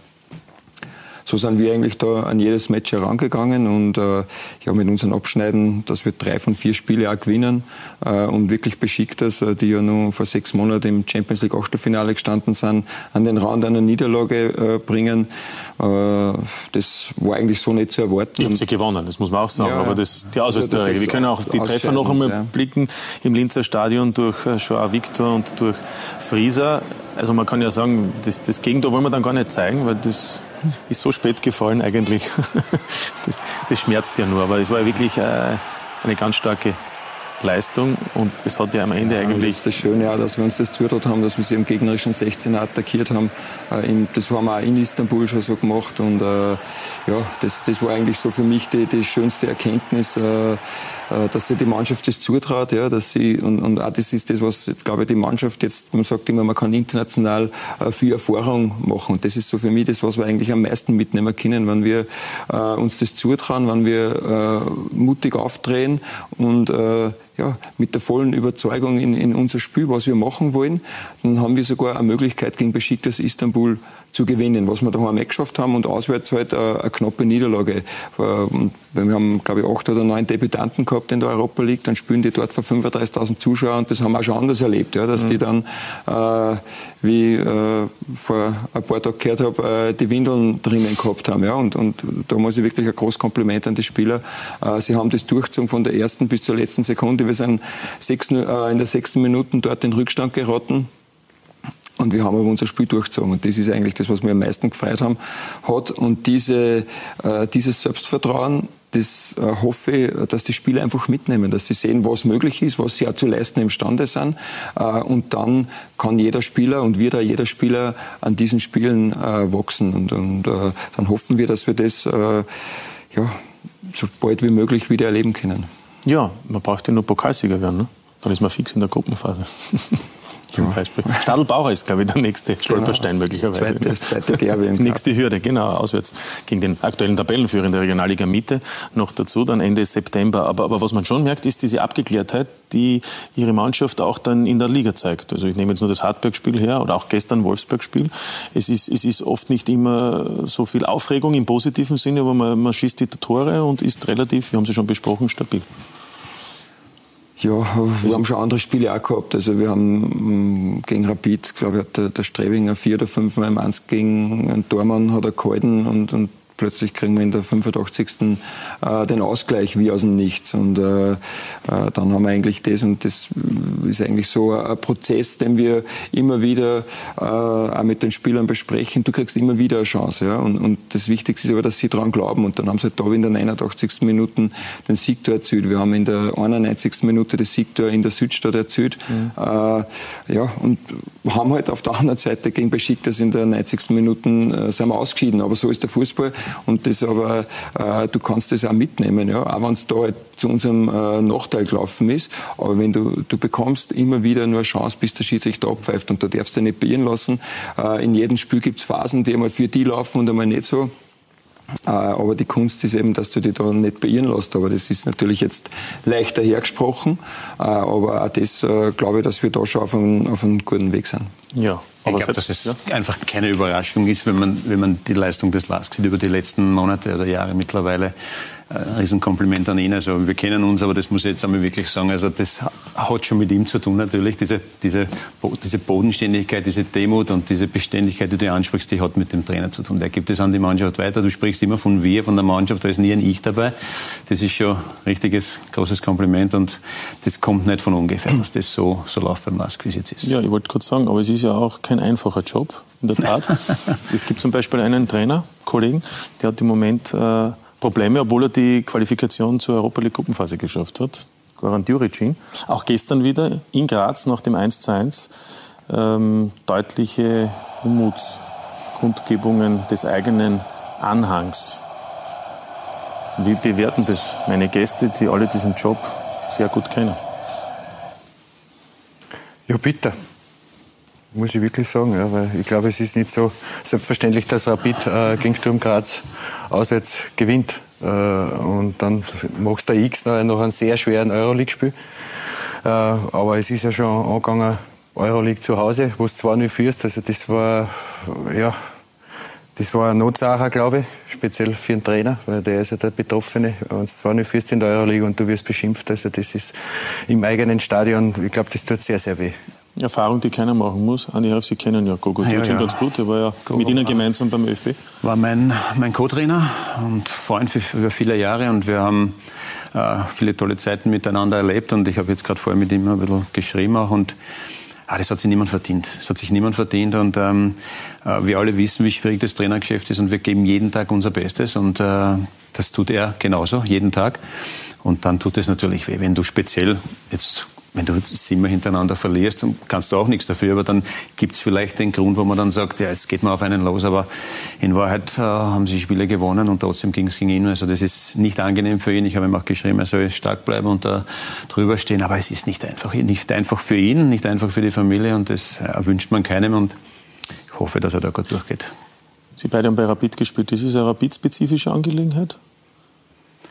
so sind wir eigentlich da an jedes Match herangegangen und äh, ja, mit unseren Abschneiden, dass wir drei von vier Spiele auch gewinnen äh, und wirklich Besiktas, äh, die ja nur vor sechs Monaten im Champions League Achtelfinale gestanden sind, an den Rand einer Niederlage äh, bringen. Äh, das war eigentlich so nicht zu erwarten. Ihr habt sie gewonnen, das muss man auch sagen, ja, aber das die Auswärtsregel. Also wir können auch die Treffer noch einmal ja. blicken im Linzer Stadion durch äh, Joao Victor und durch Frieser. Also man kann ja sagen, das, das Gegentor wollen wir dann gar nicht zeigen, weil das ist so spät gefallen eigentlich. Das, das schmerzt ja nur, aber es war ja wirklich äh, eine ganz starke Leistung und es hat ja am Ende ja, eigentlich... Das ist das Schöne auch, dass wir uns das zutraut haben, dass wir sie im gegnerischen sechzehner attackiert haben. Das haben wir auch in Istanbul schon so gemacht und äh, ja, das, das war eigentlich so für mich die, die schönste Erkenntnis, äh, dass sie die Mannschaft das zutraut, ja, dass sie und, und auch das ist das, was, glaube ich, die Mannschaft jetzt, man sagt immer, man kann international äh, viel Erfahrung machen und das ist so für mich das, was wir eigentlich am meisten mitnehmen können, wenn wir äh, uns das zutrauen, wenn wir äh, mutig aufdrehen und äh, ja, mit der vollen Überzeugung in, in unser Spiel, was wir machen wollen, dann haben wir sogar eine Möglichkeit gegen Besiktas Istanbul zu gewinnen, was wir daheim nicht geschafft haben und auswärts halt eine, eine knappe Niederlage. Und wir haben, glaube ich, acht oder neun Debütanten gehabt in der Europa League, dann spielen die dort vor fünfunddreißigtausend Zuschauern und das haben wir auch schon anders erlebt, ja, dass mhm. die dann, äh, wie ich äh, vor ein paar Tagen gehört habe, äh, die Windeln drinnen gehabt haben. Ja, und, und da muss ich wirklich ein großes Kompliment an die Spieler. Äh, sie haben das durchgezogen von der ersten bis zur letzten Sekunde. Wir sind sechs, äh, in der sechsten Minute dort in Rückstand geraten. Und wir haben aber unser Spiel durchgezogen. Und das ist eigentlich das, was mir am meisten gefreut haben, hat. Und diese, äh, dieses Selbstvertrauen, das äh, hoffe ich, dass die Spieler einfach mitnehmen, dass sie sehen, was möglich ist, was sie auch zu leisten imstande sind. Äh, und dann kann jeder Spieler und wird auch jeder Spieler an diesen Spielen äh, wachsen. Und, und äh, dann hoffen wir, dass wir das äh, ja, so bald wie möglich wieder erleben können. Ja, man braucht ja nur Pokalsieger werden, ne? Dann ist man fix in der Gruppenphase. Zum ja. Beispiel. Stadl-Bauer ist, glaube ich, der nächste Stolperstein genau. möglicherweise. Das zweite Derby. Die nächste Hürde, genau, auswärts gegen den aktuellen Tabellenführer in der Regionalliga Mitte. Noch dazu, dann Ende September. Aber, aber was man schon merkt, ist diese Abgeklärtheit, die ihre Mannschaft auch dann in der Liga zeigt. Also ich nehme jetzt nur das Hartberg-Spiel her oder auch gestern Wolfsburg-Spiel. Es ist, es ist oft nicht immer so viel Aufregung im positiven Sinne, aber man, man schießt die Tore und ist relativ, wir haben sie schon besprochen, stabil. Ja, wir haben schon andere Spiele auch gehabt. Also wir haben mh, gegen Rapid, glaube ich, hat der, der Strebinger vier oder fünf Mal im Eins gegen einen Tormann hat er gehalten und, und plötzlich kriegen wir in der fünfundachtzigsten Äh, den Ausgleich wie aus dem Nichts. Und äh, äh, dann haben wir eigentlich das, und das ist eigentlich so ein, ein Prozess, den wir immer wieder äh, auch mit den Spielern besprechen. Du kriegst immer wieder eine Chance. Ja? Und, und das Wichtigste ist aber, dass sie daran glauben. Und dann haben sie halt da in der neunundachtzigsten Minute den Siegtor erzielt. Wir haben in der einundneunzigsten Minute das Siegtor in der Südstadt erzielt. Mhm. Äh, ja, und haben halt auf der anderen Seite gegen Besiktas in der neunzigsten Minute äh, sind wir ausgeschieden. Aber so ist der Fußball. Und das aber, äh, du kannst das auch mitnehmen, ja, auch wenn es da halt zu unserem äh, Nachteil gelaufen ist. Aber wenn du, du bekommst immer wieder nur eine Chance, bis der Schiedsrichter abpfeift, und da darfst du dich nicht beirren lassen. Äh, in jedem Spiel gibt es Phasen, die einmal für die laufen und einmal nicht so. Äh, aber die Kunst ist eben, dass du dich da nicht beirren lässt. Aber das ist natürlich jetzt leichter hergesprochen. Äh, aber auch das äh, glaube ich, dass wir da schon auf einem, auf einem guten Weg sind. Ja. Aber ich glaube, dass es ja. einfach keine Überraschung ist, wenn man, wenn man die Leistung des Lask sieht über die letzten Monate oder Jahre mittlerweile. Ein Riesenkompliment an ihn. Also wir kennen uns, aber das muss ich jetzt einmal wirklich sagen. Also das hat schon mit ihm zu tun natürlich. Diese, diese, diese Bodenständigkeit, diese Demut und diese Beständigkeit, die du ansprichst, die hat mit dem Trainer zu tun. Der gibt es an die Mannschaft weiter. Du sprichst immer von wir, von der Mannschaft, da ist nie ein Ich dabei. Das ist schon ein richtiges, großes Kompliment, und das kommt nicht von ungefähr, dass das so, so läuft beim Lask, wie es jetzt ist. Ja, ich wollte kurz sagen, aber es ist ja auch kein einfacher Job, in der Tat. Es gibt zum Beispiel einen Trainer, Kollegen, der hat im Moment äh, Probleme, obwohl er die Qualifikation zur Europa League Gruppenphase geschafft hat. Goran Djuricin. Auch gestern wieder in Graz nach dem eins zu eins ähm, deutliche Unmutskundgebungen des eigenen Anhangs. Wie bewerten das meine Gäste, die alle diesen Job sehr gut kennen? Ja, bitte. Muss ich wirklich sagen, ja, weil ich glaube, es ist nicht so selbstverständlich, dass Rapid äh, gegen Sturm Graz auswärts gewinnt. Äh, und dann machst du X noch, noch einen sehr schweren Euroleague-Spiel. Äh, aber es ist ja schon angegangen, Euroleague zu Hause, wo du zwei null führst. Also das war, ja, das war eine Notsache, glaube ich, speziell für den Trainer, weil der ist ja der Betroffene. Wenn du zwei null führst in der Euroleague und du wirst beschimpft, also das ist im eigenen Stadion, ich glaube, das tut sehr, sehr weh. Erfahrung, die keiner machen muss. Andi, Sie kennen ja Gogo Djuricin ja, ja. ganz gut. Der war ja Gogo mit Ihnen gemeinsam beim ÖFB. War mein, mein Co-Trainer und Freund für, für viele Jahre. Und wir haben äh, viele tolle Zeiten miteinander erlebt. Und ich habe jetzt gerade vorher mit ihm ein bisschen geschrieben auch. Und ah, das hat sich niemand verdient. Das hat sich niemand verdient. Und ähm, äh, wir alle wissen, wie schwierig das Trainergeschäft ist. Und wir geben jeden Tag unser Bestes. Und äh, das tut er genauso, jeden Tag. Und dann tut es natürlich weh, wenn du speziell jetzt... Wenn du siebenmal hintereinander verlierst, dann kannst du auch nichts dafür. Aber dann gibt es vielleicht den Grund, wo man dann sagt, ja, jetzt geht man auf einen los. Aber in Wahrheit äh, haben sie Spiele gewonnen und trotzdem ging es gegen ihn. Also das ist nicht angenehm für ihn. Ich habe ihm auch geschrieben, er soll stark bleiben und da drüber stehen. Aber es ist nicht einfach. Nicht einfach für ihn, nicht einfach für die Familie. Und das äh, wünscht man keinem. Und ich hoffe, dass er da gut durchgeht. Sie beide haben bei Rapid gespielt. Ist es eine Rapid-spezifische Angelegenheit?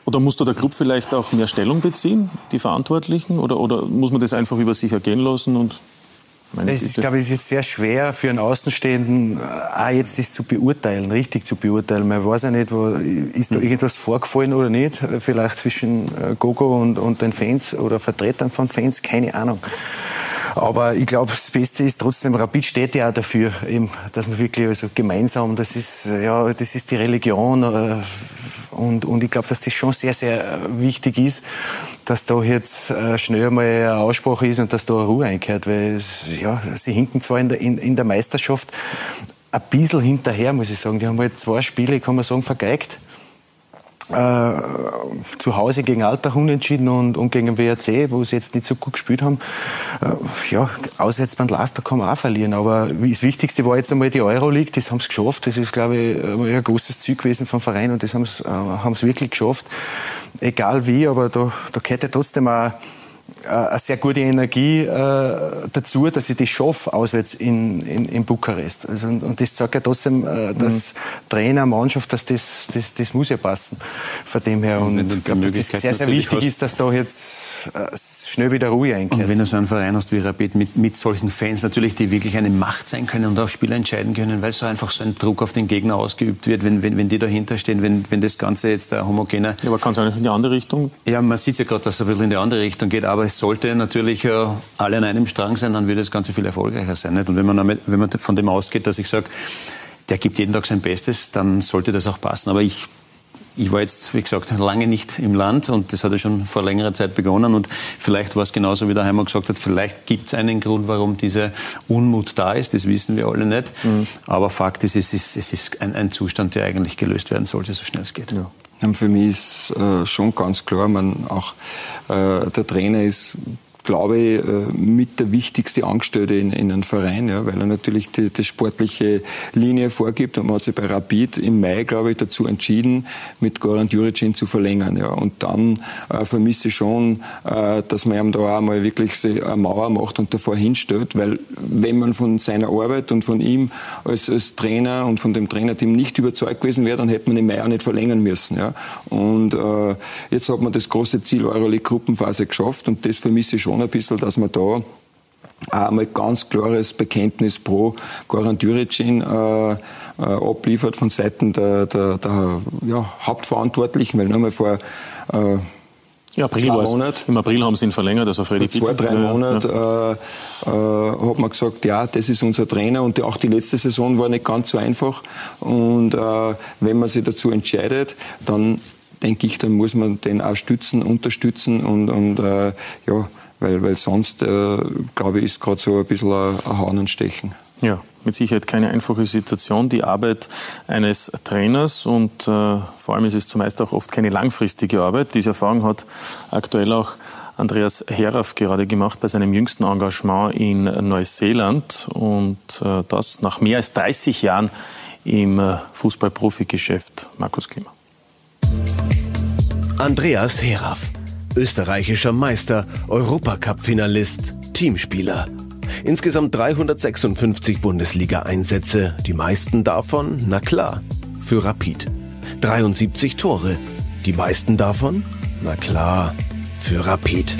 Oder muss da der Club vielleicht auch mehr Stellung beziehen, die Verantwortlichen? Oder, oder muss man das einfach über sich ergehen lassen? Und das ist, glaube ich, ist jetzt sehr schwer für einen Außenstehenden, auch jetzt das zu beurteilen, richtig zu beurteilen. Man weiß ja nicht, wo, ist da irgendwas vorgefallen oder nicht, vielleicht zwischen Gogo und, und den Fans oder Vertretern von Fans, keine Ahnung. Aber ich glaube, das Beste ist trotzdem, Rapid steht ja auch dafür, eben, dass man wirklich also gemeinsam, das ist, ja, das ist die Religion. Äh, und, und ich glaube, dass das schon sehr, sehr wichtig ist, dass da jetzt äh, schnell mal eine Aussprache ist und dass da eine Ruhe einkehrt. Weil es, ja, sie hinken zwar in der, in, in der Meisterschaft ein bisschen hinterher, muss ich sagen. Die haben halt zwei Spiele, kann man sagen, vergeigt. Äh, zu Hause gegen Altach unentschieden und, und gegen den W R C, wo sie jetzt nicht so gut gespielt haben. Äh, ja, auswärts beim Laster kann man auch verlieren. Aber das Wichtigste war jetzt einmal die Euroleague, das haben sie geschafft. Das ist, glaube ich, ein großes Ziel gewesen vom Verein und das haben sie, äh, haben sie wirklich geschafft. Egal wie, aber da, da gehört ja trotzdem auch eine sehr gute Energie äh, dazu, dass ich das schaffe, auswärts in, in, in Bukarest. Also, und, und das zeigt ja trotzdem, äh, dass mhm. Trainer, Mannschaft, dass das, das, das muss ja passen. Von dem her. Und, und ich glaube, dass das sehr, sehr wichtig hast, ist, dass da jetzt äh, schnell wieder Ruhe einkehrt. Und wenn du so einen Verein hast wie Rapid mit, mit solchen Fans, natürlich, die wirklich eine Macht sein können und auch Spieler entscheiden können, weil so einfach so ein Druck auf den Gegner ausgeübt wird, wenn, wenn, wenn die dahinter stehen, wenn, wenn das Ganze jetzt ein homogener... Ja, aber kann es auch nicht in die andere Richtung? Ja, man sieht ja gerade, dass es ein bisschen in die andere Richtung geht, aber es sollte natürlich äh, alle an einem Strang sein, dann wird das Ganze viel erfolgreicher sein. Nicht? Und wenn man, damit, wenn man von dem ausgeht, dass ich sage, der gibt jeden Tag sein Bestes, dann sollte das auch passen. Aber ich, ich war jetzt, wie gesagt, lange nicht im Land und das hat ja schon vor längerer Zeit begonnen und vielleicht war es genauso, wie der Heimer gesagt hat, vielleicht gibt es einen Grund, warum dieser Unmut da ist, das wissen wir alle nicht. Mhm. Aber Fakt ist, es ist, es ist ein, ein Zustand, der eigentlich gelöst werden sollte, so schnell es geht. Ja. Für mich ist äh, schon ganz klar, man auch äh, der Trainer ist, glaube ich, mit der wichtigste Angestellte in, in einem Verein, ja, weil er natürlich die, die sportliche Linie vorgibt und man hat sich bei Rapid im Mai, glaube ich, dazu entschieden, mit Goran Djuricin zu verlängern. Ja. Und dann äh, vermisse ich schon, äh, dass man ihm da auch mal wirklich eine Mauer macht und davor hinstellt, weil wenn man von seiner Arbeit und von ihm als, als Trainer und von dem Trainerteam nicht überzeugt gewesen wäre, dann hätte man im Mai auch nicht verlängern müssen. Ja. Und äh, jetzt hat man das große Ziel Euroleague-Gruppenphase geschafft und das vermisse ich schon ein bisschen, dass man da auch einmal ganz klares Bekenntnis pro Goran Djuricin äh, äh, abliefert von Seiten der, der, der ja, Hauptverantwortlichen, weil nur mal vor äh, ja, April Monat, im April haben sie ihn verlängert, also Freddy Vor zwei, drei Monaten ja. äh, äh, hat man gesagt, ja, das ist unser Trainer und die, auch die letzte Saison war nicht ganz so einfach und äh, wenn man sich dazu entscheidet, dann denke ich, dann muss man den auch stützen, unterstützen und, und äh, ja, Weil, weil sonst, äh, glaube ich, ist gerade so ein bisschen ein, ein Hauen und Stechen. Ja, mit Sicherheit keine einfache Situation, die Arbeit eines Trainers und äh, vor allem ist es zumeist auch oft keine langfristige Arbeit. Diese Erfahrung hat aktuell auch Andreas Herauf gerade gemacht bei seinem jüngsten Engagement in Neuseeland und äh, das nach mehr als dreißig Jahren im äh, Fußball-Profi-Geschäft. Markus Klima. Andreas Herauf. Österreichischer Meister, Europacup-Finalist, Teamspieler. Insgesamt dreihundertsechsundfünfzig Bundesliga-Einsätze, die meisten davon, na klar, für Rapid. dreiundsiebzig Tore, die meisten davon, na klar, für Rapid.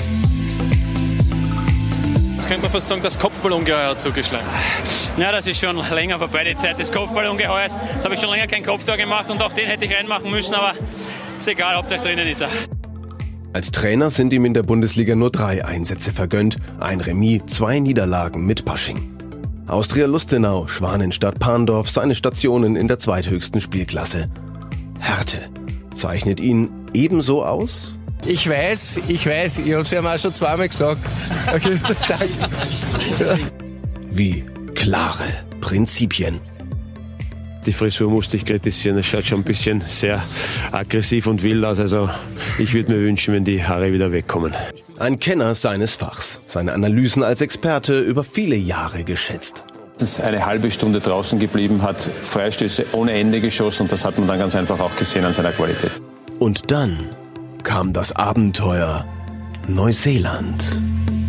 Jetzt könnte man fast sagen, das Kopfballungeheuer hat zugeschlagen. Ja, das ist schon länger vorbei, die Zeit des Kopfballungeheuers. Das habe ich schon länger kein Kopftor gemacht und auch den hätte ich reinmachen müssen, aber ist egal, Hauptsache drinnen ist er. Als Trainer sind ihm in der Bundesliga nur drei Einsätze vergönnt. Ein Remis, zwei Niederlagen mit Pasching. Austria Lustenau, Schwanenstadt, Parndorf, seine Stationen in der zweithöchsten Spielklasse. Härte zeichnet ihn ebenso aus? Ich weiß, ich weiß, ich habe es ja auch schon zweimal gesagt. Okay, danke. Wie klare Prinzipien. Die Frisur musste ich kritisieren, es schaut schon ein bisschen sehr aggressiv und wild aus, also ich würde mir wünschen, wenn die Haare wieder wegkommen. Ein Kenner seines Fachs, seine Analysen als Experte über viele Jahre geschätzt. Ist eine halbe Stunde draußen geblieben, hat Freistöße ohne Ende geschossen und das hat man dann ganz einfach auch gesehen an seiner Qualität. Und dann kam das Abenteuer Neuseeland.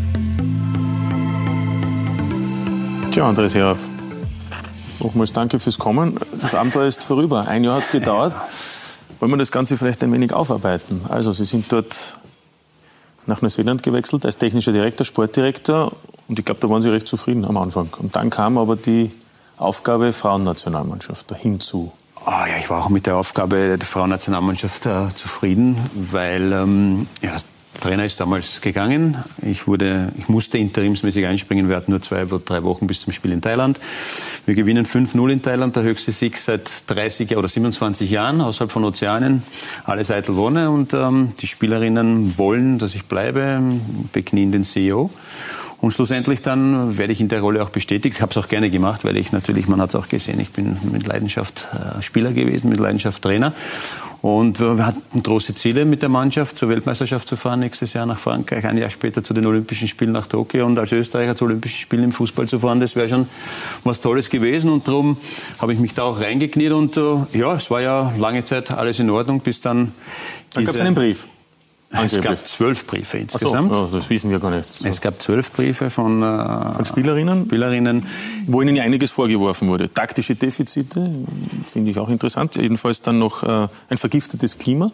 Tja, Andreas Herauf. Nochmals danke fürs Kommen. Das Abenteuer ist vorüber. Ein Jahr hat es gedauert. Wollen wir das Ganze vielleicht ein wenig aufarbeiten? Also Sie sind dort nach Neuseeland gewechselt als technischer Direktor, Sportdirektor und ich glaube, da waren Sie recht zufrieden am Anfang. Und dann kam aber die Aufgabe Frauennationalmannschaft dahin zu. Oh ja, ich war auch mit der Aufgabe der Frauennationalmannschaft äh, zufrieden, weil ähm, ja, der Trainer ist damals gegangen. Ich, wurde, ich musste interimsmäßig einspringen. Wir hatten nur zwei, drei Wochen bis zum Spiel in Thailand. Wir gewinnen fünf null in Thailand, der höchste Sieg seit dreißig oder siebenundzwanzig Jahren außerhalb von Ozeanien. Alles eitel Wonne und ähm, die Spielerinnen wollen, dass ich bleibe, beknien den C E O. Und schlussendlich dann werde ich in der Rolle auch bestätigt. Ich habe es auch gerne gemacht, weil ich natürlich, man hat es auch gesehen, ich bin mit Leidenschaft äh, Spieler gewesen, mit Leidenschaft Trainer. Und wir hatten große Ziele mit der Mannschaft, zur Weltmeisterschaft zu fahren, nächstes Jahr nach Frankreich, ein Jahr später zu den Olympischen Spielen nach Tokio und als Österreicher zu Olympischen Spielen im Fußball zu fahren. Das wäre schon was Tolles gewesen und darum habe ich mich da auch reingekniet und äh, ja, es war ja lange Zeit alles in Ordnung, bis dann Dann gab es einen Brief. Es gab zwölf Briefe insgesamt. Ach so, das wissen wir gar nicht. So. Es gab zwölf Briefe von, äh, von Spielerinnen, Spielerinnen, wo ihnen ja einiges vorgeworfen wurde. Taktische Defizite, finde ich auch interessant. Jedenfalls dann noch äh, ein vergiftetes Klima.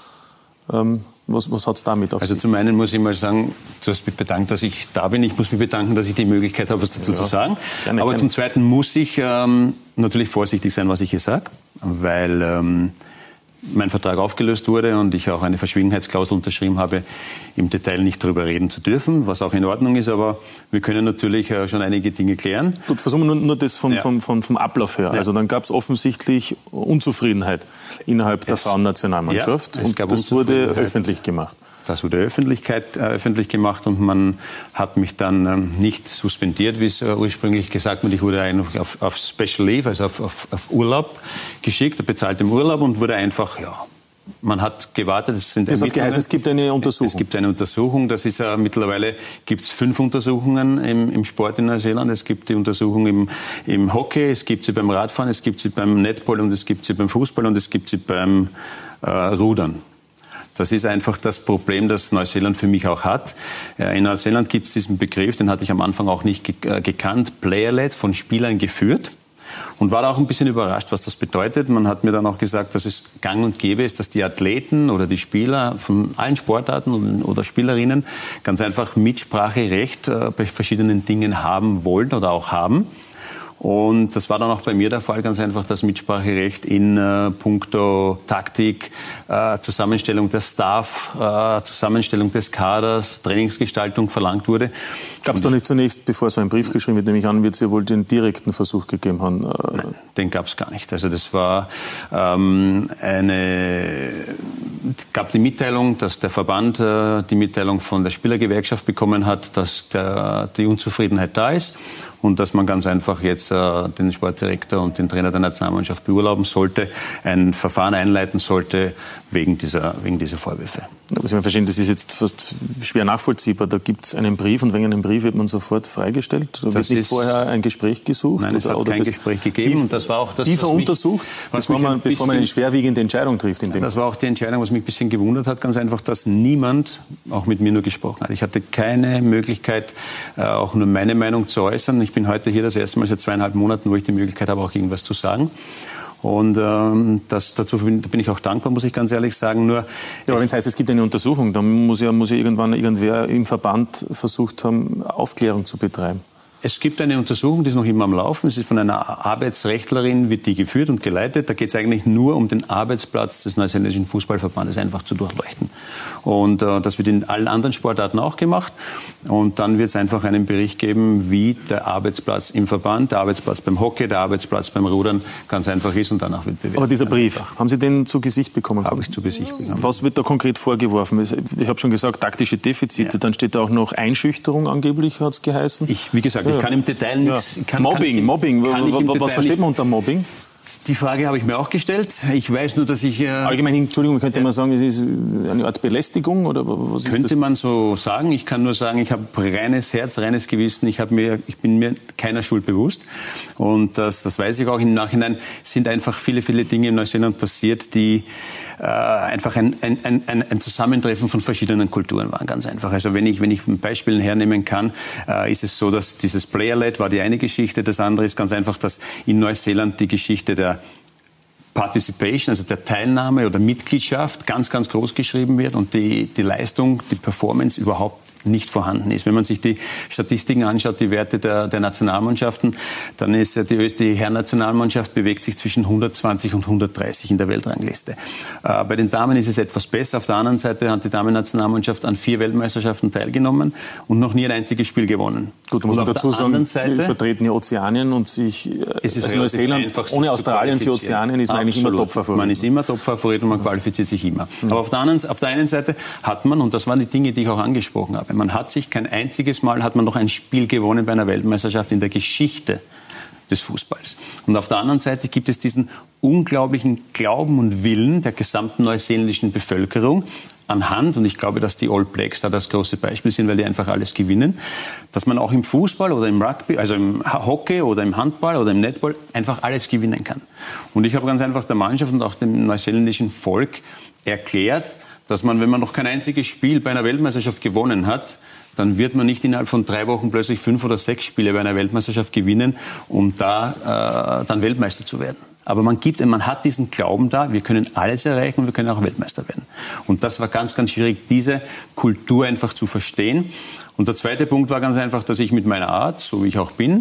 Ähm, was was hat es damit auf Also sich? zum einen muss ich mal sagen, du hast mich bedankt, dass ich da bin. Ich muss mich bedanken, dass ich die Möglichkeit habe, was dazu ja, zu sagen. Gerne, Aber gerne. Zum Zweiten muss ich ähm, natürlich vorsichtig sein, was ich hier sage, weil ähm, mein Vertrag aufgelöst wurde und ich auch eine Verschwiegenheitsklausel unterschrieben habe, im Detail nicht darüber reden zu dürfen, was auch in Ordnung ist, aber wir können natürlich schon einige Dinge klären. Gut, versuchen wir nur, nur das vom, ja. vom, vom, vom Ablauf her. Ja. Also dann gab es offensichtlich Unzufriedenheit innerhalb der es, Frauennationalmannschaft ja, und das wurde öffentlich gemacht. Das wurde Öffentlichkeit, äh, öffentlich gemacht und man hat mich dann ähm, nicht suspendiert, wie es äh, ursprünglich gesagt wurde. Ich wurde einfach auf, auf Special Leave, also auf, auf, auf Urlaub geschickt, bezahlt im Urlaub und wurde einfach, ja, man hat gewartet. Es sind das hat geheißen, es gibt eine Untersuchung. Es gibt eine Untersuchung. Das ist äh, mittlerweile gibt es fünf Untersuchungen im, im Sport in Neuseeland. Es gibt die Untersuchung im, im Hockey, es gibt sie beim Radfahren, es gibt sie beim Netball und es gibt sie beim Fußball und es gibt sie beim äh, Rudern. Das ist einfach das Problem, das Neuseeland für mich auch hat. In Neuseeland gibt es diesen Begriff, den hatte ich am Anfang auch nicht gekannt, Player-led, von Spielern geführt. Und war da auch ein bisschen überrascht, was das bedeutet. Man hat mir dann auch gesagt, dass es gang und gäbe ist, dass die Athleten oder die Spieler von allen Sportarten oder Spielerinnen ganz einfach Mitspracherecht bei verschiedenen Dingen haben wollen oder auch haben. Und das war dann auch bei mir der Fall, ganz einfach das Mitspracherecht in äh, puncto Taktik, äh, Zusammenstellung der Staff, äh, Zusammenstellung des Kaders, Trainingsgestaltung verlangt wurde. Gab es da nicht zunächst, bevor so ein Brief geschrieben wird, nehme ich an, wird es ja wohl den direkten Versuch gegeben haben? Äh Nein, den gab es gar nicht. Also das war ähm, eine, gab die Mitteilung, dass der Verband äh, die Mitteilung von der Spielergewerkschaft bekommen hat, dass der, die Unzufriedenheit da ist und dass man ganz einfach jetzt den Sportdirektor und den Trainer der Nationalmannschaft beurlauben sollte, ein Verfahren einleiten sollte wegen dieser, wegen dieser Vorwürfe. Aber Sie müssen verstehen, das ist jetzt fast schwer nachvollziehbar. Da gibt es einen Brief und wegen einem Brief wird man sofort freigestellt. Da wird nicht vorher ein Gespräch gesucht? Nein, es oder, hat oder kein Gespräch gegeben. Die, und das war auch das, tiefer was mich, untersucht, was bevor, man, bisschen, bevor man eine schwerwiegende Entscheidung trifft. In dem das war auch die Entscheidung, was mich ein bisschen gewundert hat. Ganz einfach, dass niemand auch mit mir nur gesprochen hat. Ich hatte keine Möglichkeit, auch nur meine Meinung zu äußern. Ich bin heute hier das erste Mal seit zweieinhalb Monaten, wo ich die Möglichkeit habe, auch irgendwas zu sagen. Und ähm, das, dazu bin, bin ich auch dankbar, muss ich ganz ehrlich sagen. Nur ja, aber wenn es heißt, es gibt eine Untersuchung, dann muss ja, muss ja irgendwann irgendwer im Verband versucht haben, Aufklärung zu betreiben. Es gibt eine Untersuchung, die ist noch immer am Laufen. Es ist von einer Arbeitsrechtlerin, wird die geführt und geleitet. Da geht es eigentlich nur um den Arbeitsplatz des Neuseeländischen Fußballverbandes einfach zu durchleuchten. Und äh, das wird in allen anderen Sportarten auch gemacht. Und dann wird es einfach einen Bericht geben, wie der Arbeitsplatz im Verband, der Arbeitsplatz beim Hockey, der Arbeitsplatz beim Rudern ganz einfach ist und danach wird bewertet. Aber dieser Brief, einfach. Haben Sie den zu Gesicht bekommen? Habe ich zu Gesicht bekommen. Was wird da konkret vorgeworfen? Ich habe schon gesagt, taktische Defizite. Ja. Dann steht da auch noch Einschüchterung angeblich, hat es geheißen. Ich, wie gesagt, ich kann im Detail nichts. Ja. Mobbing, kann, Mobbing. Kann was, was versteht man unter Mobbing? Die Frage habe ich mir auch gestellt. Ich weiß nur, dass ich... Äh Allgemein, Entschuldigung, könnte ja. man sagen, es ist eine Art Belästigung? Oder was ist könnte das? man so sagen. Ich kann nur sagen, ich habe reines Herz, reines Gewissen. Ich, habe mir, ich bin mir keiner Schuld bewusst. Und das, das weiß ich auch im Nachhinein. Sind einfach viele, viele Dinge in Neuseeland passiert, die äh, einfach ein, ein, ein, ein Zusammentreffen von verschiedenen Kulturen waren. Ganz einfach. Also wenn ich, wenn ich ein Beispiel hernehmen kann, äh, ist es so, dass dieses Player-led war die eine Geschichte. Das andere ist ganz einfach, dass in Neuseeland die Geschichte der Participation, also der Teilnahme oder Mitgliedschaft, ganz, ganz groß geschrieben wird und die, die Leistung, die Performance überhaupt nicht vorhanden ist. Wenn man sich die Statistiken anschaut, die Werte der, der Nationalmannschaften, dann ist die, die Herrennationalmannschaft bewegt sich zwischen hundertzwanzig und hundertdreißig in der Weltrangliste. Äh, bei den Damen ist es etwas besser. Auf der anderen Seite hat die Damennationalmannschaft an vier Weltmeisterschaften teilgenommen und noch nie ein einziges Spiel gewonnen. Gut, muss man dazu sagen, Seite, die vertreten ja Ozeanien und sich, es ist also Neuseeland, ohne Australien für Ozeanien ist man eigentlich immer Topfavorit. Man ist immer Topfavorit und man qualifiziert sich immer. Mhm. Aber auf der, anderen, auf der einen Seite hat man, und das waren die Dinge, die ich auch angesprochen habe, man hat sich kein einziges Mal, hat man noch ein Spiel gewonnen bei einer Weltmeisterschaft in der Geschichte des Fußballs. Und auf der anderen Seite gibt es diesen unglaublichen Glauben und Willen der gesamten neuseeländischen Bevölkerung anhand, und ich glaube, dass die All Blacks da das große Beispiel sind, weil die einfach alles gewinnen, dass man auch im Fußball oder im Rugby, also im Hockey oder im Handball oder im Netball einfach alles gewinnen kann. Und ich habe ganz einfach der Mannschaft und auch dem neuseeländischen Volk erklärt, dass man, wenn man noch kein einziges Spiel bei einer Weltmeisterschaft gewonnen hat, dann wird man nicht innerhalb von drei Wochen plötzlich fünf oder sechs Spiele bei einer Weltmeisterschaft gewinnen, um da äh, dann Weltmeister zu werden. Aber man gibt, man hat diesen Glauben da, wir können alles erreichen und wir können auch Weltmeister werden. Und das war ganz, ganz schwierig, diese Kultur einfach zu verstehen. Und der zweite Punkt war ganz einfach, dass ich mit meiner Art, so wie ich auch bin,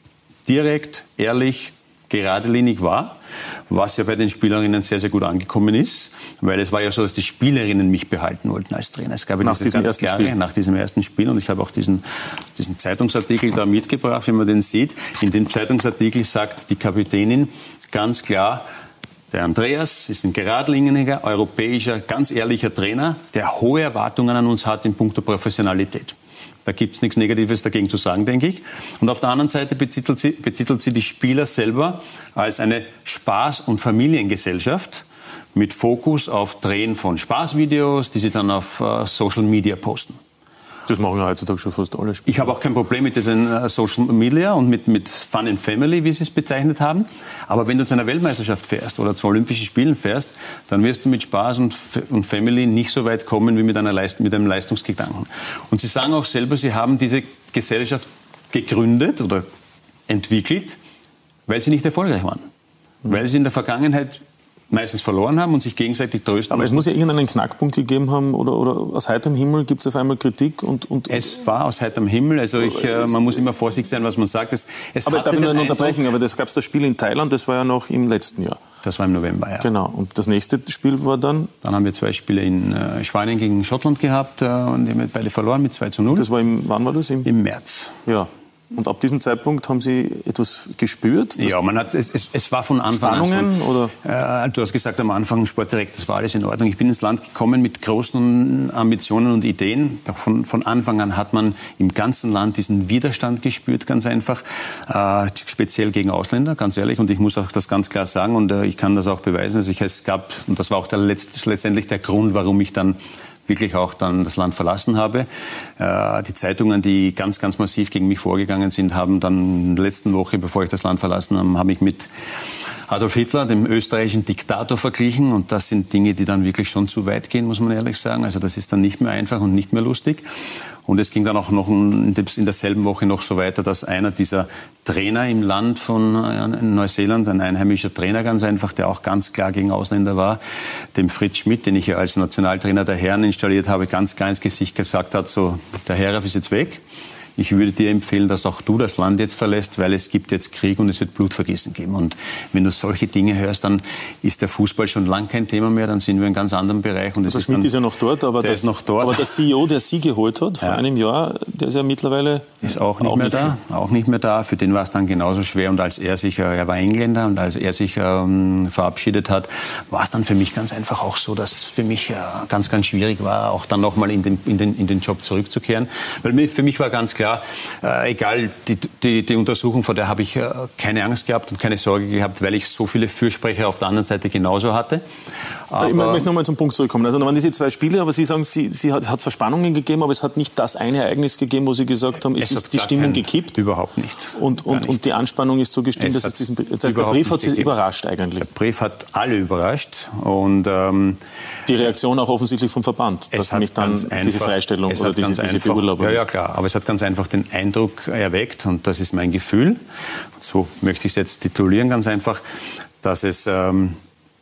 direkt, ehrlich, geradlinig war, was ja bei den Spielerinnen sehr, sehr gut angekommen ist, weil es war ja so, dass die Spielerinnen mich behalten wollten als Trainer. Es gab ja diese ganz klare, nach diesem ersten Spiel, und ich habe auch diesen, diesen Zeitungsartikel da mitgebracht, wenn man den sieht. In dem Zeitungsartikel sagt die Kapitänin ganz klar, der Andreas ist ein geradliniger, europäischer, ganz ehrlicher Trainer, der hohe Erwartungen an uns hat in puncto Professionalität. Da gibt es nichts Negatives dagegen zu sagen, denke ich. Und auf der anderen Seite betitelt sie, betitelt sie die Spieler selber als eine Spaß- und Familiengesellschaft mit Fokus auf Drehen von Spaßvideos, die sie dann auf uh, Social Media posten. Das machen ja heutzutage schon fast alle Spieler. Ich habe auch kein Problem mit diesen uh, Social Media und mit, mit Fun and Family, wie sie es bezeichnet haben. Aber wenn du zu einer Weltmeisterschaft fährst oder zu Olympischen Spielen fährst, dann wirst du mit Spaß und, und Family nicht so weit kommen wie mit, einer Leist mit einem Leistungsgedanken. Und sie sagen auch selber, sie haben diese Gesellschaft gegründet oder entwickelt, weil sie nicht erfolgreich waren. Mhm. Weil sie in der Vergangenheit meistens verloren haben und sich gegenseitig trösten. Aber es muss ja irgendeinen Knackpunkt gegeben haben, oder, oder aus heiterem Himmel gibt es auf einmal Kritik? Und, und es war aus heiterem Himmel, also ich, äh, man muss immer vorsichtig sein, was man sagt. Es, es aber darf ich nur unterbrechen, aber das gab es das Spiel in Thailand, das war ja noch im letzten Jahr. Das war im November, ja. Genau, und das nächste Spiel war dann? Dann haben wir zwei Spiele in äh, Spanien gegen Schottland gehabt äh, und die haben beide verloren mit zwei zu null. Das war im, wann war das? Im, Im März. Ja. Und ab diesem Zeitpunkt haben Sie etwas gespürt? Ja, man hat, es, es, es war von Anfang an. Spannungen? So, oder? Äh, du hast gesagt am Anfang, Sportdirekt, das war alles in Ordnung. Ich bin ins Land gekommen mit großen Ambitionen und Ideen. Von, von Anfang an hat man im ganzen Land diesen Widerstand gespürt, ganz einfach. Äh, speziell gegen Ausländer, ganz ehrlich. Und ich muss auch das ganz klar sagen, und äh, ich kann das auch beweisen. Also ich, es gab, und das war auch der Letzt, letztendlich der Grund, warum ich dann wirklich auch dann das Land verlassen habe. Äh, die Zeitungen, die ganz, ganz massiv gegen mich vorgegangen sind, haben dann in der letzten Woche, bevor ich das Land verlassen habe, habe ich mit Adolf Hitler, dem österreichischen Diktator, verglichen. Und das sind Dinge, die dann wirklich schon zu weit gehen, muss man ehrlich sagen. Also das ist dann nicht mehr einfach und nicht mehr lustig. Und es ging dann auch noch in derselben Woche noch so weiter, dass einer dieser Trainer im Land von Neuseeland, ein einheimischer Trainer ganz einfach, der auch ganz klar gegen Ausländer war, dem Fritz Schmidt, den ich ja als Nationaltrainer der Herren installiert habe, ganz klar ins Gesicht gesagt hat, so, der Herr ist jetzt weg. Ich würde dir empfehlen, dass auch du das Land jetzt verlässt, weil es gibt jetzt Krieg und es wird Blutvergießen geben. Und wenn du solche Dinge hörst, dann ist der Fußball schon lang kein Thema mehr, dann sind wir in einem ganz anderen Bereich. Und also ist Schmidt dann, ist ja noch dort, aber, der das, ist noch dort. aber der C E O, der Sie geholt hat vor ja. einem Jahr, der ist ja mittlerweile ist auch nicht auch mehr nicht da. Mehr. Auch nicht mehr da. Für den war es dann genauso schwer. Und als er sich, er war Engländer, und als er sich ähm, verabschiedet hat, war es dann für mich ganz einfach auch so, dass für mich äh, ganz, ganz schwierig war, auch dann nochmal in den, in, den, in den Job zurückzukehren. Weil mir, für mich war ganz klar, äh, egal, die, die, die Untersuchung, vor der habe ich äh, keine Angst gehabt und keine Sorge gehabt, weil ich so viele Fürsprecher auf der anderen Seite genauso hatte. Aber ich möchte nochmal zum Punkt zurückkommen. Also da waren diese zwei Spiele, aber Sie sagen, Sie, Sie hat, hat Verspannungen gegeben, aber es hat nicht das eine Ereignis gegeben, wo Sie gesagt haben, es, es ist die Stimmung kein, gekippt. Überhaupt nicht. Und, und, nicht. und die Anspannung ist so gestimmt, es dass es diesen... Das heißt, der Brief hat Sie überrascht eigentlich. Der Brief hat alle überrascht. Und, ähm, die Reaktion auch offensichtlich vom Verband, dass nicht dann diese einfach, Freistellung oder diese, diese Beurlaubung. Ja, ja, klar. Aber es hat ganz einfach den Eindruck erweckt, und das ist mein Gefühl, so möchte ich es jetzt titulieren, ganz einfach, dass es ähm,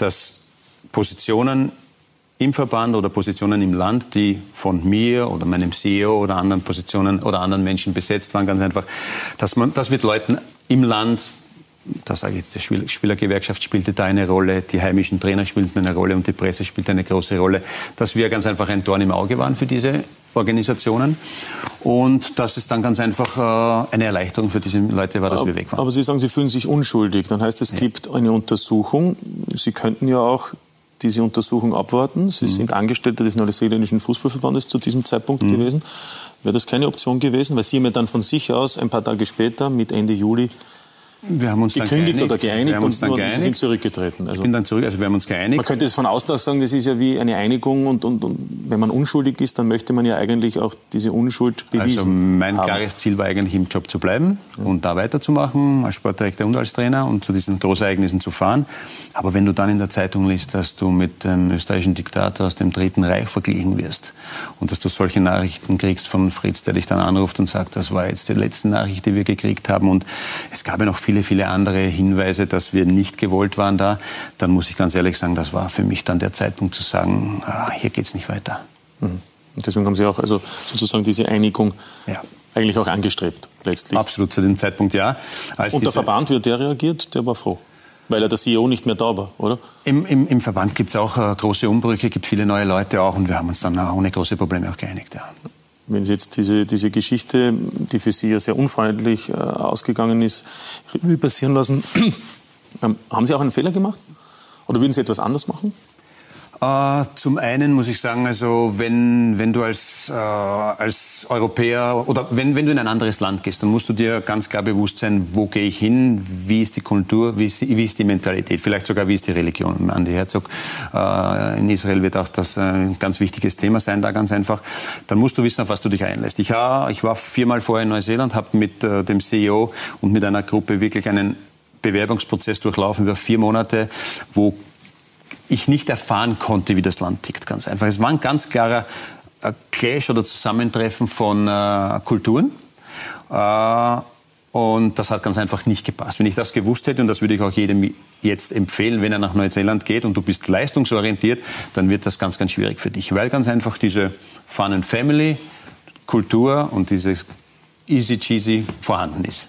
dass Positionen im Verband oder Positionen im Land, die von mir oder meinem C E O oder anderen Positionen oder anderen Menschen besetzt waren, ganz einfach, dass man, das wird Leuten im Land, da sage ich jetzt, die Spielergewerkschaft spielte da eine Rolle, die heimischen Trainer spielten eine Rolle und die Presse spielte eine große Rolle, dass wir ganz einfach ein Dorn im Auge waren für diese Organisationen und dass es dann ganz einfach äh, eine Erleichterung für diese Leute war, dass aber, wir weg waren. Aber Sie sagen, Sie fühlen sich unschuldig, dann heißt es, es gibt eine Untersuchung. Sie könnten ja auch diese Untersuchung abwarten. Sie mhm. sind Angestellter des Neuseeländischen Fußballverbandes zu diesem Zeitpunkt mhm. gewesen. Wäre das keine Option gewesen? Weil Sie haben ja dann von sich aus ein paar Tage später, mit Ende Juli, wir haben uns gekündigt dann oder geeinigt wir haben uns und, dann und geeinigt. Sie sind zurückgetreten. Also ich bin dann zurück, also wir haben uns geeinigt. Man könnte es von außen auch sagen, das ist ja wie eine Einigung und, und, und wenn man unschuldig ist, dann möchte man ja eigentlich auch diese Unschuld bewiesen Also mein haben. klares Ziel war eigentlich, im Job zu bleiben ja. und da weiterzumachen, als Sportdirektor und als Trainer und zu diesen Großereignissen zu fahren. Aber wenn du dann in der Zeitung liest, dass du mit dem österreichischen Diktator aus dem Dritten Reich verglichen wirst und dass du solche Nachrichten kriegst von Fritz, der dich dann anruft und sagt, das war jetzt die letzte Nachricht, die wir gekriegt haben und es gab ja noch viele, viele andere Hinweise, dass wir nicht gewollt waren da, dann muss ich ganz ehrlich sagen, das war für mich dann der Zeitpunkt zu sagen, ah, hier geht's nicht weiter. Mhm. Und deswegen haben Sie auch also sozusagen diese Einigung ja. eigentlich auch angestrebt, letztlich. Absolut, zu dem Zeitpunkt ja. Als und der Verband, wie hat der reagiert? Der war froh, weil er der C E O nicht mehr da war, oder? Im, im, im Verband gibt es auch äh, große Umbrüche, gibt viele neue Leute auch und wir haben uns dann äh, ohne große Probleme auch geeinigt, ja. Wenn Sie jetzt diese, diese Geschichte, die für Sie ja sehr unfreundlich äh, ausgegangen ist, Revue passieren lassen, ähm, haben Sie auch einen Fehler gemacht? Oder würden Sie etwas anders machen? Äh, zum einen muss ich sagen, also wenn, wenn du als, äh, als Europäer oder wenn, wenn du in ein anderes Land gehst, dann musst du dir ganz klar bewusst sein, wo gehe ich hin, wie ist die Kultur, wie ist, wie ist die Mentalität, vielleicht sogar wie ist die Religion. Andi Herzog äh, in Israel wird auch das ein ganz wichtiges Thema sein, da ganz einfach. Dann musst du wissen, auf was du dich einlässt. Ich, äh, ich war viermal vorher in Neuseeland, habe mit äh, dem C E O und mit einer Gruppe wirklich einen Bewerbungsprozess durchlaufen über vier Monate, wo ich nicht erfahren konnte, wie das Land tickt, ganz einfach. Es war ein ganz klarer äh, Clash oder Zusammentreffen von äh, Kulturen. Äh, und das hat ganz einfach nicht gepasst. Wenn ich das gewusst hätte, und das würde ich auch jedem jetzt empfehlen, wenn er nach Neuseeland geht und du bist leistungsorientiert, dann wird das ganz, ganz schwierig für dich. Weil ganz einfach diese Fun and Family Kultur und dieses easy cheesy vorhanden ist.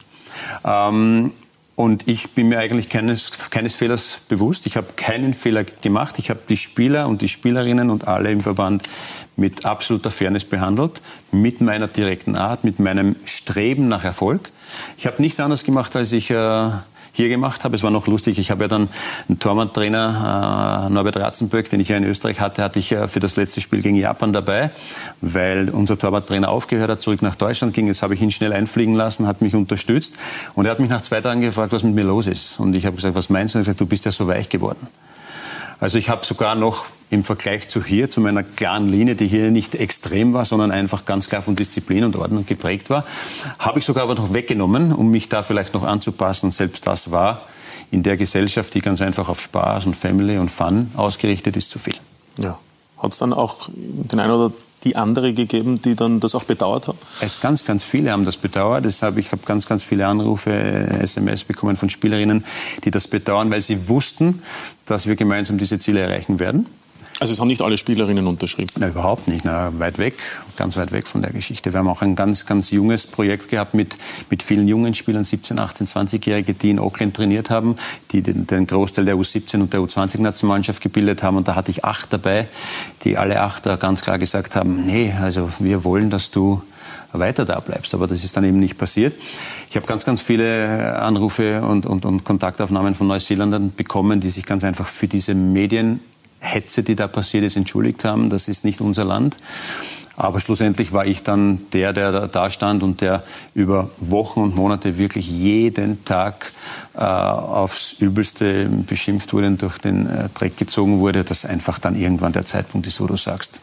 Ähm, Und ich bin mir eigentlich keines, keines Fehlers bewusst. Ich habe keinen Fehler gemacht. Ich habe die Spieler und die Spielerinnen und alle im Verband mit absoluter Fairness behandelt, mit meiner direkten Art, mit meinem Streben nach Erfolg. Ich habe nichts anderes gemacht, als ich äh, hier gemacht habe. Es war noch lustig, ich habe ja dann einen Torwarttrainer, äh, Norbert Ratzenböck, den ich ja in Österreich hatte, hatte ich äh, für das letzte Spiel gegen Japan dabei, weil unser Torwarttrainer aufgehört hat, zurück nach Deutschland ging. Jetzt habe ich ihn schnell einfliegen lassen, hat mich unterstützt und er hat mich nach zwei Tagen gefragt, was mit mir los ist. Und ich habe gesagt, was meinst du? Und er hat gesagt, du bist ja so weich geworden. Also ich habe sogar noch im Vergleich zu hier, zu meiner klaren Linie, die hier nicht extrem war, sondern einfach ganz klar von Disziplin und Ordnung geprägt war, habe ich sogar aber noch weggenommen, um mich da vielleicht noch anzupassen. Und selbst das war in der Gesellschaft, die ganz einfach auf Spaß und Family und Fun ausgerichtet ist, zu viel. Ja. Hat es dann auch den einen oder die andere gegeben, die dann das auch bedauert haben? Es ganz, ganz viele haben das bedauert. Deshalb, ich habe ganz, ganz viele Anrufe, S M S bekommen von Spielerinnen, die das bedauern, weil sie wussten, dass wir gemeinsam diese Ziele erreichen werden. Also es haben nicht alle Spielerinnen unterschrieben? Na, überhaupt nicht. Na, weit weg, ganz weit weg von der Geschichte. Wir haben auch ein ganz, ganz junges Projekt gehabt mit, mit vielen jungen Spielern, siebzehn-, achtzehn-, zwanzigjährige, die in Auckland trainiert haben, die den, den Großteil der U siebzehn- und der U zwanzig-Nationalmannschaft gebildet haben. Und da hatte ich acht dabei, die alle acht da ganz klar gesagt haben, nee, also wir wollen, dass du weiter da bleibst. Aber das ist dann eben nicht passiert. Ich habe ganz, ganz viele Anrufe und, und, und Kontaktaufnahmen von Neuseeländern bekommen, die sich ganz einfach für diese Medien Hetze, die da passiert ist, entschuldigt haben. Das ist nicht unser Land. Aber schlussendlich war ich dann der, der da stand und der über Wochen und Monate wirklich jeden Tag äh, aufs Übelste beschimpft wurde und durch den äh, Dreck gezogen wurde, dass einfach dann irgendwann der Zeitpunkt ist, wo du sagst,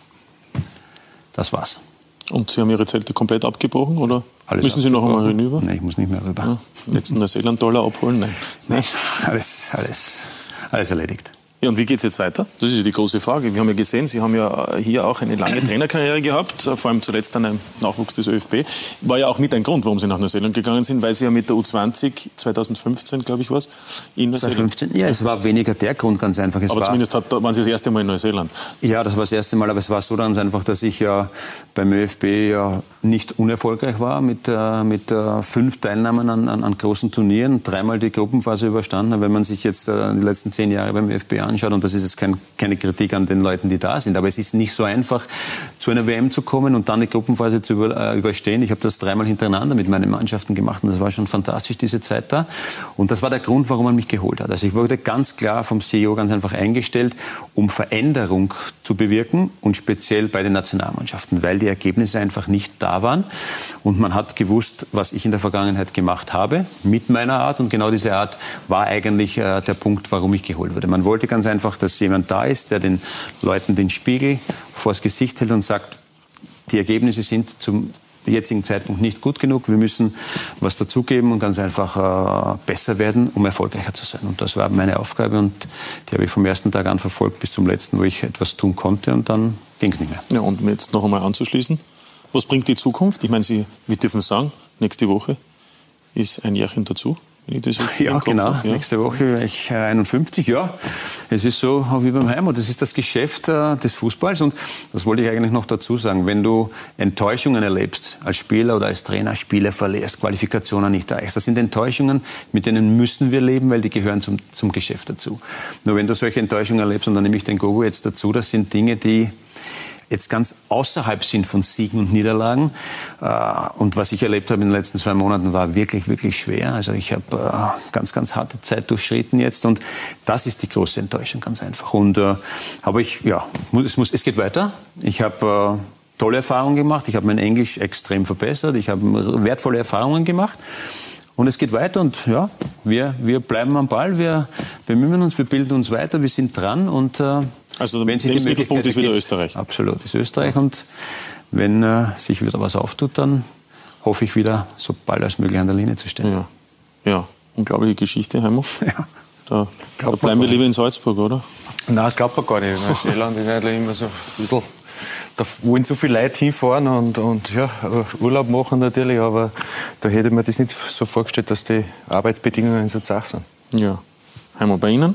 das war's. Und Sie haben Ihre Zelte komplett abgebrochen, oder alles müssen Sie noch einmal hinüber? Nein, ich muss nicht mehr rüber. Ja, letzten Neuseeland-Dollar abholen? Nein. Nein, alles, alles, alles erledigt. Ja, und wie geht es jetzt weiter? Das ist ja die große Frage. Wir haben ja gesehen, Sie haben ja hier auch eine lange Trainerkarriere gehabt, vor allem zuletzt dann ein Nachwuchs des ÖFB. War ja auch mit ein Grund, warum Sie nach Neuseeland gegangen sind, weil Sie ja mit der U zwanzig zwanzig fünfzehn, glaube ich, war es, in Neuseeland. zwanzig fünfzehn? Ja, es war weniger der Grund, ganz einfach. Es aber war, zumindest hat, waren Sie das erste Mal in Neuseeland. Ja, das war das erste Mal, aber es war so ganz einfach, dass ich ja beim ÖFB ja nicht unerfolgreich war mit, äh, mit äh, fünf Teilnahmen an, an, an großen Turnieren, dreimal die Gruppenphase überstanden. Wenn man sich jetzt äh, die letzten zehn Jahre beim ÖFB anschaut, und das ist jetzt kein, keine Kritik an den Leuten, die da sind, aber es ist nicht so einfach, zu einer W M zu kommen und dann die Gruppenphase zu über, äh, überstehen. Ich habe das dreimal hintereinander mit meinen Mannschaften gemacht und das war schon fantastisch, diese Zeit da. Und das war der Grund, warum man mich geholt hat. Also ich wurde ganz klar vom C E O ganz einfach eingestellt, um Veränderung zu bewirken und speziell bei den Nationalmannschaften, weil die Ergebnisse einfach nicht da waren. Und man hat gewusst, was ich in der Vergangenheit gemacht habe mit meiner Art, und genau diese Art war eigentlich äh, der Punkt, warum ich geholt wurde. Man wollte ganz einfach, dass jemand da ist, der den Leuten den Spiegel vors Gesicht hält und sagt, die Ergebnisse sind zum jetzigen Zeitpunkt nicht gut genug, wir müssen was dazugeben und ganz einfach äh, besser werden, um erfolgreicher zu sein. Und das war meine Aufgabe und die habe ich vom ersten Tag an verfolgt bis zum letzten, wo ich etwas tun konnte, und dann ging es nicht mehr. Ja, und um jetzt noch einmal anzuschließen, was bringt die Zukunft? Ich meine, Sie, wir dürfen sagen, nächste Woche ist ein Jährchen dazu. Wenn ich das ja, genau. Ja. Nächste Woche wäre ich einundfünfzig. Ja, es ist so wie beim Heim. Und das ist das Geschäft äh, des Fußballs. Und das wollte ich eigentlich noch dazu sagen. Wenn du Enttäuschungen erlebst, als Spieler oder als Trainer, Spiele verlierst, Qualifikationen nicht erreichst, das sind Enttäuschungen, mit denen müssen wir leben, weil die gehören zum, zum Geschäft dazu. Nur wenn du solche Enttäuschungen erlebst, und dann nehme ich den Gogo jetzt dazu, das sind Dinge, die jetzt ganz außerhalb sind von Siegen und Niederlagen. Und was ich erlebt habe in den letzten zwei Monaten, war wirklich, wirklich schwer. Also ich habe ganz, ganz harte Zeit durchschritten jetzt. Und das ist die große Enttäuschung, ganz einfach. Und, aber ich, ja, es, muss, es geht weiter. Ich habe tolle Erfahrungen gemacht. Ich habe mein Englisch extrem verbessert. Ich habe wertvolle Erfahrungen gemacht. Und es geht weiter und ja, wir, wir bleiben am Ball, wir bemühen uns, wir bilden uns weiter, wir sind dran. Und, äh, also der Mittelpunkt ist wieder Österreich. Absolut, ist Österreich. Und wenn äh, sich wieder was auftut, dann hoffe ich wieder, so bald als möglich an der Linie zu stehen. Ja, ja. Unglaubliche Geschichte, Heimo. Ja. Da, da bleiben wir lieber in Salzburg, oder? Nein, das glaubt man gar nicht. Neuseeland ist eigentlich immer so ein bisschen... Da wollen so viele Leute hinfahren und, und ja, Urlaub machen natürlich, aber da hätte man das nicht so vorgestellt, dass die Arbeitsbedingungen so zach sind. Ja. Heimo, bei Ihnen?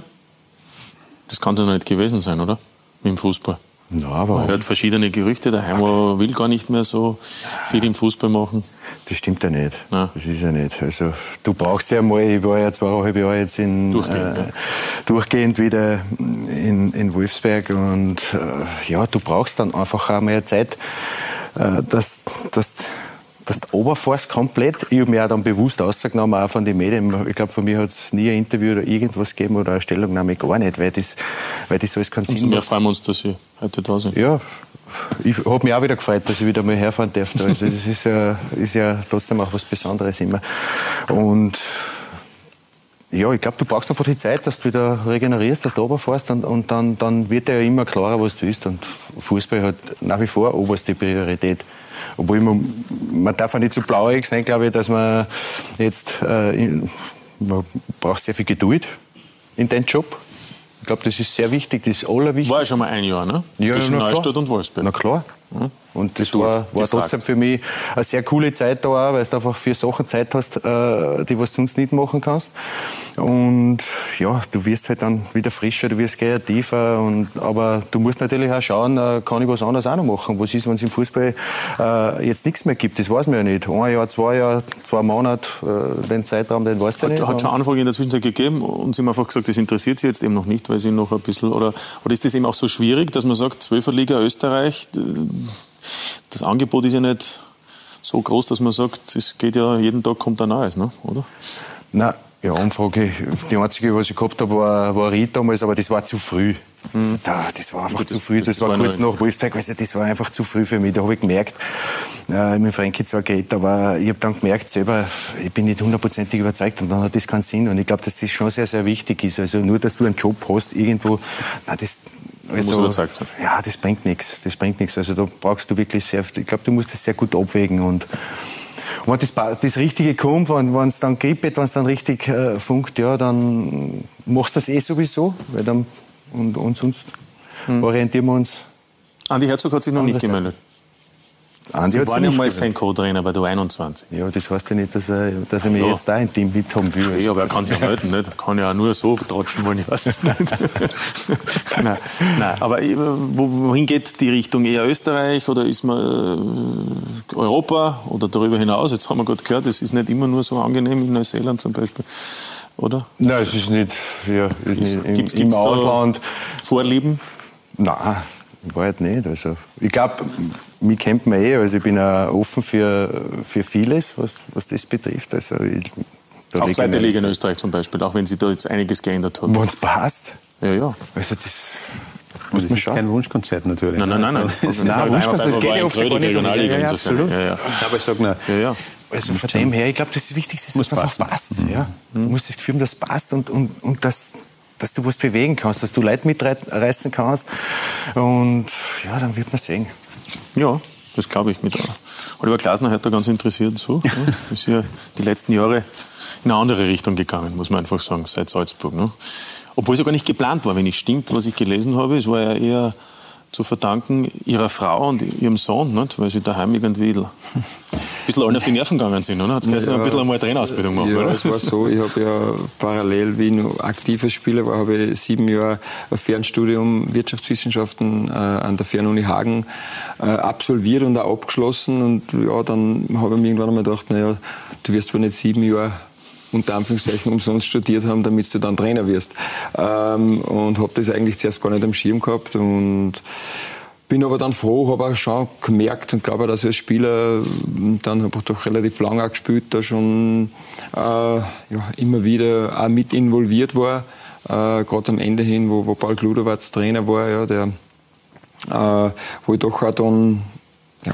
Das kann doch nicht gewesen sein, oder? Mit dem Fußball. Ja, aber man hört verschiedene Gerüchte, der Heimo will gar nicht mehr so viel im Fußball machen. Das stimmt ja nicht. Ja. Das ist ja nicht. Also, du brauchst ja mal, ich war ja zweieinhalb Jahre jetzt in, durchgehend, äh, ja. durchgehend wieder in, in Wolfsberg und äh, ja, du brauchst dann einfach auch mehr Zeit, äh, dass, dass dass du runterfährst komplett. Ich habe mich auch dann bewusst rausgenommen, auch von den Medien. Ich glaube, von mir hat es nie ein Interview oder irgendwas gegeben oder eine Stellungnahme, gar nicht, weil das, weil das alles keinen Sinn macht. Umso mehr freuen wir uns, dass Sie heute da sind. Ja, ich habe mich auch wieder gefreut, dass ich wieder mal herfahren darf. Also das ist ja, ist ja trotzdem auch was Besonderes immer. Und ja, ich glaube, du brauchst einfach die Zeit, dass du wieder regenerierst, dass du runterfährst und, und dann, dann wird dir ja immer klarer, was du willst. Und Fußball hat nach wie vor oberste Priorität. Obwohl man, man darf auch nicht so blauäugig sein, glaube ich, dass man jetzt, äh, man braucht sehr viel Geduld in deinem Job. Ich glaube, das ist sehr wichtig, das ist allerwichtigste. War ja schon mal ein Jahr, ne? Ja, zwischen na Neustadt klar. und Wolfsberg. Na klar. Mhm. Und das war, war trotzdem für mich eine sehr coole Zeit da auch, weil du einfach für Sachen Zeit hast, äh, die was du sonst nicht machen kannst. Und ja, du wirst halt dann wieder frischer, du wirst kreativer. Und, aber du musst natürlich auch schauen, äh, kann ich was anderes auch noch machen. Was ist, wenn es im Fußball äh, jetzt nichts mehr gibt? Das weiß man ja nicht. Ein Jahr, zwei Jahre, zwei Monate, äh, den Zeitraum, den weißt du ja nicht. Hat schon Anfragen in der Zwischenzeit gegeben und Sie haben einfach gesagt, das interessiert Sie jetzt eben noch nicht, weil Sie noch ein bisschen, oder, oder ist das eben auch so schwierig, dass man sagt, Zwölfer Liga Österreich, das Angebot ist ja nicht so groß, dass man sagt, es geht ja, jeden Tag kommt ein Neues, ne? Oder? Nein, ja, Anfrage. Die einzige, was ich gehabt habe, war, war Ried damals, aber das war zu früh. Mhm. Das war einfach Gut, zu das, früh. Das, das war war kurz noch nach Wolfsberg. Also das war einfach zu früh für mich. Da habe ich gemerkt, äh, mit Frankie zwar geht, aber ich habe dann gemerkt selber, ich bin nicht hundertprozentig überzeugt und dann hat das keinen Sinn. Und ich glaube, dass das schon sehr, sehr wichtig ist. Also nur, dass du einen Job hast irgendwo, nein, das Also, muss überzeugt sein. Ja, das bringt nichts. Das bringt nichts. Also da brauchst du wirklich sehr, ich glaube, du musst das sehr gut abwägen und, und wenn das, das Richtige kommt, wenn es dann kribbelt, wenn es dann richtig äh, funkt, ja, dann machst du das eh sowieso, weil dann und, und sonst hm. orientieren wir uns. Andi Herzog hat sich noch nicht gemeldet. Andi Sie waren ja mal sein Co-Trainer bei der U einundzwanzig. Ja, das heißt ja nicht, dass er, dass er mich ja. jetzt da im Team mit haben will. Ja, aber er kann sich ja melden, nicht? Er kann ja auch nur so tratschen wollen, ich weiß es nicht. nein, nein, aber wohin geht die Richtung? Eher Österreich oder ist man Europa oder darüber hinaus? Jetzt haben wir gerade gehört, es ist nicht immer nur so angenehm in Neuseeland zum Beispiel, oder? Nein, es ist nicht, ja, ist ist, nicht im, gibt's, im gibt's Ausland. Vorlieben? Nein. War halt nicht. Also, ich glaube, mich kennt man eh. Also ich bin auch offen für, für vieles, was, was das betrifft. Also ich, da auch zweite Liga in Österreich zum Beispiel, auch wenn sich da jetzt einiges geändert hat. Wo es passt. Ja, ja. Also das muss man schauen. Kein Wunschkonzert natürlich. Nein, nein, nein. nein. Also, nein, Wunschkonzert, das geht ja oft gar nicht. Ja, ja, absolut. Ja, ja. Aber ich sage, ja, ja. Also von dem her, ich glaube, das Wichtigste ist, dass es einfach passt. Mhm. Ja. Du musst das Gefühl haben, dass es passt und, und, und dass dass du was bewegen kannst, dass du Leute mitreißen kannst. Und ja, dann wird man sehen. Ja, das glaube ich mit. Oliver Glasner hat da ganz interessiert so. Ja, ist ja die letzten Jahre in eine andere Richtung gegangen, muss man einfach sagen, seit Salzburg. Ne? Obwohl es ja gar nicht geplant war, wenn es stimmt, was ich gelesen habe. Es war ja eher zu verdanken ihrer Frau und ihrem Sohn, nicht? Weil sie daheim irgendwie ein bisschen allen auf die Nerven gegangen sind. Oder? Hat es geheißen, ja, ein bisschen einmal eine Trainerausbildung machen? Ja, oder? es war so. Ich habe ja parallel, wie ich noch aktiver Spieler war, habe ich sieben Jahre ein Fernstudium Wirtschaftswissenschaften äh, an der Fernuni Hagen äh, absolviert und auch abgeschlossen. Und ja, dann habe ich mir irgendwann einmal gedacht, naja, du wirst wohl nicht sieben Jahre unter Anführungszeichen umsonst studiert haben, damit du dann Trainer wirst. Ähm, und habe das eigentlich zuerst gar nicht am Schirm gehabt und bin aber dann froh, habe auch schon gemerkt und glaube, dass ich als Spieler, dann habe ich doch relativ lange auch gespielt, da schon äh, ja, immer wieder auch mit involviert war. Äh, Gerade am Ende hin, wo, wo Paul Gludowatz Trainer war, ja, der, äh, wo ich doch auch dann ja,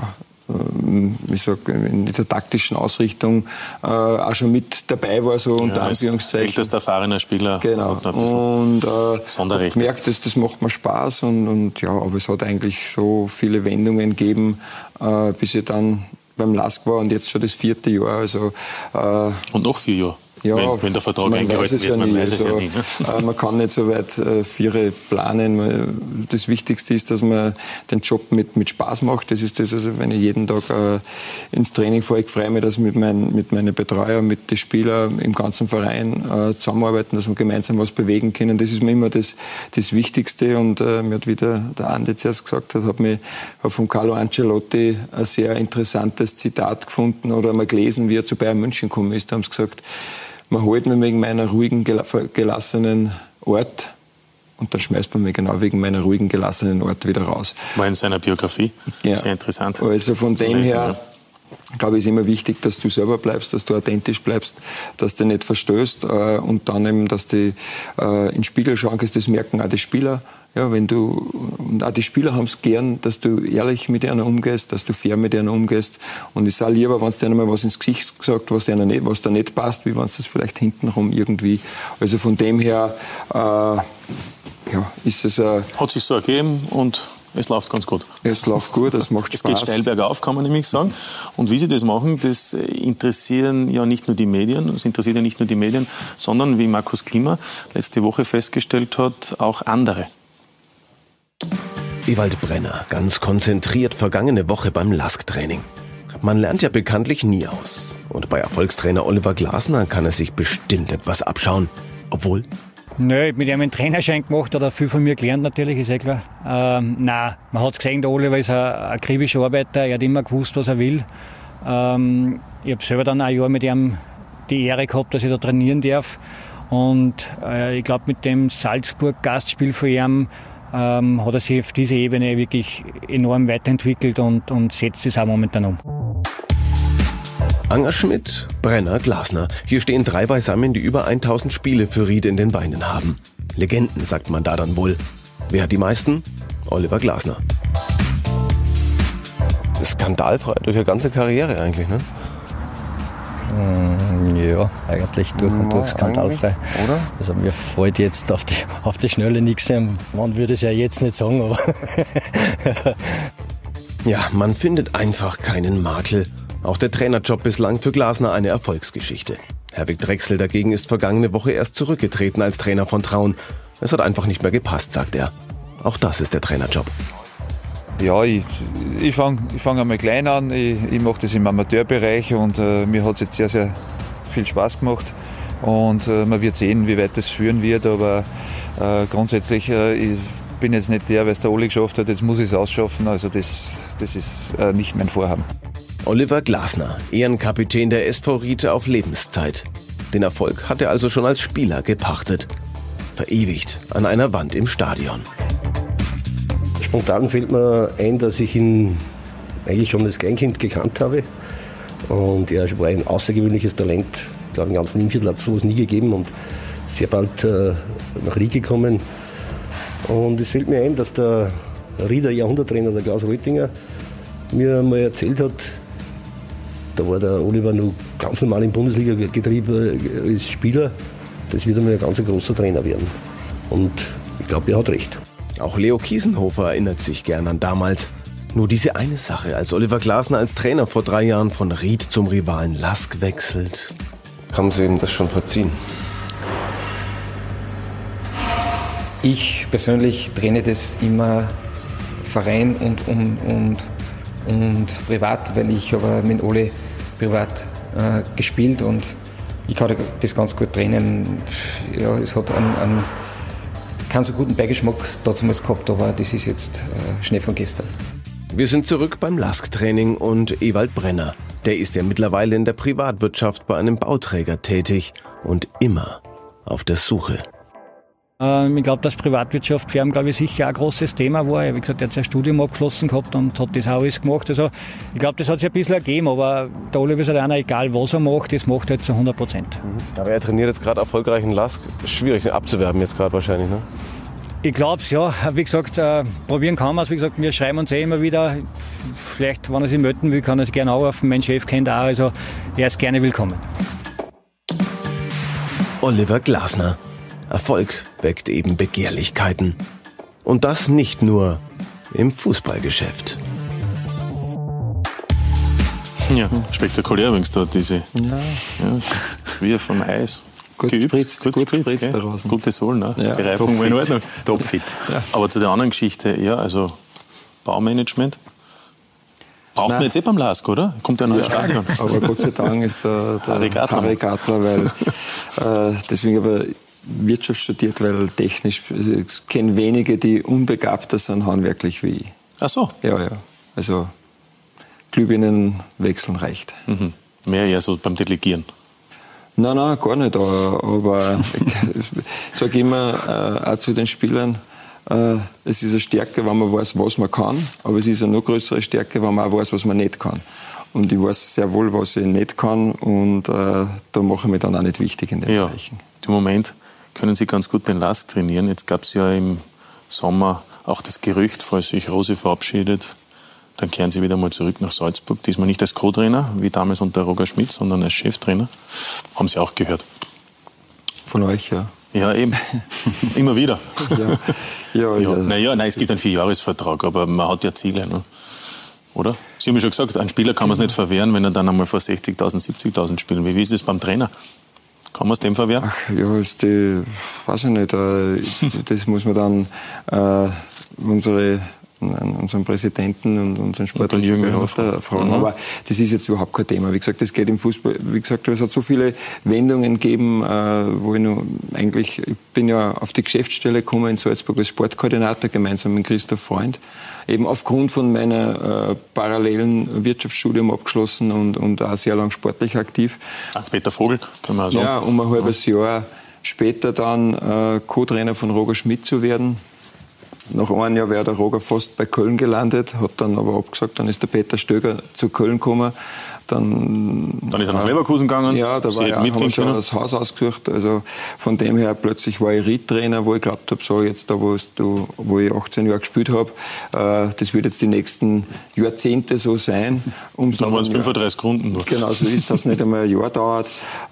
ich sag, in der taktischen Ausrichtung äh, auch schon mit dabei war, so unter ja, Anführungszeichen. Ältester erfahrener Spieler. Genau. Und äh, ich merkt, dass das macht mir Spaß und, und ja, aber es hat eigentlich so viele Wendungen gegeben, äh, bis ich dann beim Lask war und jetzt schon das vierte Jahr. Also, äh, und noch vier Jahre? Ja, wenn, wenn der Vertrag eingehalten wird, ja man nie. weiß es also, ja nie. Ne? Man kann nicht so weit äh, Viere planen. Das Wichtigste ist, dass man den Job mit, mit Spaß macht. Das ist das, also wenn ich jeden Tag äh, ins Training fahre, ich freue mich, dass mit, mein, mit meinen Betreuern, mit den Spielern im ganzen Verein äh, zusammenarbeiten, dass wir gemeinsam was bewegen können. Das ist mir immer das, das Wichtigste. Und äh, mir hat wieder der Andi zuerst gesagt, hat, hat mir hab von Carlo Ancelotti ein sehr interessantes Zitat gefunden oder mal gelesen, wie er zu Bayern München gekommen ist. Da haben sie gesagt, man holt mich wegen meiner ruhigen, gelassenen Art und dann schmeißt man mich genau wegen meiner ruhigen, gelassenen Art wieder raus. War in seiner Biografie. Ja. Sehr interessant. Also von dem her, glaube ich, ist immer wichtig, dass du selber bleibst, dass du authentisch bleibst, dass du nicht verstößt äh, und dann eben, dass du äh, in den Spiegel schauen kannst, das merken auch die Spieler. Ja, wenn du, und auch die Spieler haben es gern, dass du ehrlich mit ihnen umgehst, dass du fair mit ihnen umgehst. Und ich sage lieber, wenn du denen mal was ins Gesicht gesagt, was denen nicht, was da nicht passt, wie wenn es das vielleicht hintenrum irgendwie. Also von dem her, äh, ja, ist es äh, hat sich so ergeben und es läuft ganz gut. Es läuft gut, es macht Spaß. Es geht steil bergauf, kann man nämlich sagen. Und wie Sie das machen, das interessieren ja nicht nur die Medien, das interessiert ja nicht nur die Medien, sondern, wie Markus Klima letzte Woche festgestellt hat, auch andere. Ewald Brenner, ganz konzentriert vergangene Woche beim Lask-Training. Man lernt ja bekanntlich nie aus. Und bei Erfolgstrainer Oliver Glasner kann er sich bestimmt etwas abschauen. Obwohl... Nö, ich habe mit ihm einen Trainerschein gemacht, hat er viel von mir gelernt natürlich, ist ja klar. Ähm, nein, man hat es gesehen, der Oliver ist ein akribischer Arbeiter, er hat immer gewusst, was er will. Ähm, ich habe selber dann ein Jahr mit ihm die Ehre gehabt, dass ich da trainieren darf. Und äh, ich glaube, mit dem Salzburg-Gastspiel von ihm ähm, hat er sich auf dieser Ebene wirklich enorm weiterentwickelt und, und setzt es auch momentan um. Anger Schmidt, Brenner, Glasner. Hier stehen drei beisammen, die über tausend Spiele für Ried in den Beinen haben. Legenden, sagt man da dann wohl. Wer hat die meisten? Oliver Glasner. Skandalfrei durch die ganze Karriere eigentlich, ne? Ja, eigentlich durch und durch skandalfrei. Oder? Also mir fällt jetzt auf die, auf die Schnelle nichts ein. Man würde es ja jetzt nicht sagen, aber... Ja, man findet einfach keinen Makel. Auch der Trainerjob bislang für Glasner eine Erfolgsgeschichte. Herwig Drechsel dagegen ist vergangene Woche erst zurückgetreten als Trainer von Traun. Es hat einfach nicht mehr gepasst, sagt er. Auch das ist der Trainerjob. Ja, ich, ich fange ich fang einmal klein an. Ich, ich mache das im Amateurbereich und äh, mir hat es jetzt sehr, sehr viel Spaß gemacht. Und äh, man wird sehen, wie weit das führen wird. Aber äh, grundsätzlich, äh, ich bin jetzt nicht der, weil es der Oli geschafft hat, jetzt muss ich es ausschaffen. Also das, das ist äh, nicht mein Vorhaben. Oliver Glasner, Ehrenkapitän der S V Ried auf Lebenszeit. Den Erfolg hat er also schon als Spieler gepachtet. Verewigt an einer Wand im Stadion. Spontan fällt mir ein, dass ich ihn eigentlich schon als Kleinkind gekannt habe. Und er war ein außergewöhnliches Talent. Ich glaube, im ganzen Innviertel hat es sowas nie gegeben und sehr bald äh, nach Ried gekommen. Und es fällt mir ein, dass der Rieder Jahrhunderttrainer, der Klaus Röttinger, mir mal erzählt hat, da war der Oliver noch ganz normal im Bundesliga-Getrieb als Spieler, das wird einmal ein ganz großer Trainer werden. Und ich glaube, er hat recht. Auch Leo Kiesenhofer erinnert sich gern an damals. Nur diese eine Sache, als Oliver Glasner als Trainer vor drei Jahren von Ried zum Rivalen Lask wechselt. Haben Sie ihm das schon verziehen? Ich persönlich trenne das immer Verein und, und, und, und privat, weil ich habe mit Oli privat äh, gespielt und ich kann das ganz gut trennen. Ja, es hat einen, einen keinen so guten Beigeschmack damals gehabt, aber das ist jetzt äh, Schnee von gestern. Wir sind zurück beim Lask-Training und Ewald Brenner. Der ist ja mittlerweile in der Privatwirtschaft bei einem Bauträger tätig und immer auf der Suche. Ähm, ich glaube, dass Privatwirtschaft für ihn, glaube ich, sicher ein großes Thema war. Wie gesagt, er hat sein Studium abgeschlossen gehabt und hat das auch alles gemacht. Also, ich glaube, das hat sich ein bisschen ergeben, aber der Oliver ist halt einer, egal was er macht, das macht er zu hundert Prozent. Aber er trainiert jetzt gerade erfolgreich in Lask. Schwierig abzuwerben jetzt gerade wahrscheinlich, ne? Ich glaube es, ja. Wie gesagt, äh, probieren kann man es. Wie gesagt, wir schreiben uns eh immer wieder. Vielleicht, wenn er sich melden will, kann er es gerne anrufen. Mein Chef kennt auch, also er ist gerne willkommen. Oliver Glasner. Erfolg weckt eben Begehrlichkeiten. Und das nicht nur im Fußballgeschäft. Ja, spektakulär übrigens dort diese. Ja. Ja, wie vom Eis. Gut geübt, gespritzt, gut, gut gespritzt, gespritzt gell? draußen. Gute Sohlen, ne? Ja, Bereifung war in Ordnung. Topfit. Ja. Aber zu der anderen Geschichte, ja, also Baumanagement. Braucht Nein. man jetzt eh beim Lask, oder? Kommt ja ein neues Ja, Stadion. aber Gott sei Dank ist der, der Harry Gartler. Harry Gartler, weil äh, deswegen habe ich Wirtschaft studiert, weil technisch, ich kenne wenige, die unbegabter sind handwerklich wie ich. Ach so. Ja, ja. Also Glühbirnen wechseln reicht. Mhm. Mehr eher so beim Delegieren. Nein, nein, gar nicht. Aber ich sage immer äh, auch zu den Spielern, äh, es ist eine Stärke, wenn man weiß, was man kann, aber es ist eine noch größere Stärke, wenn man auch weiß, was man nicht kann. Und ich weiß sehr wohl, was ich nicht kann und äh, da mache ich mich dann auch nicht wichtig in den Ja. Bereichen. Im Moment können Sie ganz gut den Lask trainieren. Jetzt gab es ja im Sommer auch das Gerücht, falls sich Rose verabschiedet, dann kehren Sie wieder mal zurück nach Salzburg. Diesmal nicht als Co-Trainer, wie damals unter Roger Schmidt, sondern als Cheftrainer. Haben Sie auch gehört? Von euch, ja. Ja, eben. Immer wieder. Ja, ja, ja. Naja, nein, es gibt einen Vierjahresvertrag, aber man hat ja Ziele, ne? Oder? Sie haben ja schon gesagt, ein Spieler kann man es nicht verwehren, wenn er dann einmal vor sechzigtausend, siebzigtausend spielt. Wie ist es beim Trainer? Kann man es dem verwehren? Ach, ja, ist die, weiß ich nicht. Äh, das muss man dann äh, unsere, unseren Präsidenten und unseren sportlichen Berater fragen. Mhm. Aber das ist jetzt überhaupt kein Thema. Wie gesagt, das geht im Fußball. Wie gesagt, es hat so viele Wendungen gegeben, äh, wo ich noch eigentlich, ich bin ja auf die Geschäftsstelle gekommen in Salzburg als Sportkoordinator gemeinsam mit Christoph Freund. Eben aufgrund von meiner äh, parallelen Wirtschaftsstudium abgeschlossen und, und auch sehr lang sportlich aktiv. Ach, Peter Vogel, können wir auch sagen. Ja, um ein halbes Jahr später dann äh, Co-Trainer von Roger Schmidt zu werden. Nach einem Jahr wäre der Roger fast bei Köln gelandet, hat dann aber abgesagt, dann ist der Peter Stöger zu Köln gekommen. Dann, dann ist er nach Leverkusen gegangen. Ja, da war ja, haben wir schon das Haus ausgesucht. Also von dem her plötzlich war ich Ried-Trainer, wo ich glaubt habe, so jetzt da, wo, du, wo ich achtzehn Jahre gespielt habe, äh, das wird jetzt die nächsten Jahrzehnte so sein. Um's dann waren es fünfunddreißig Runden. Genau, so ist das nicht einmal ein Jahr dauert.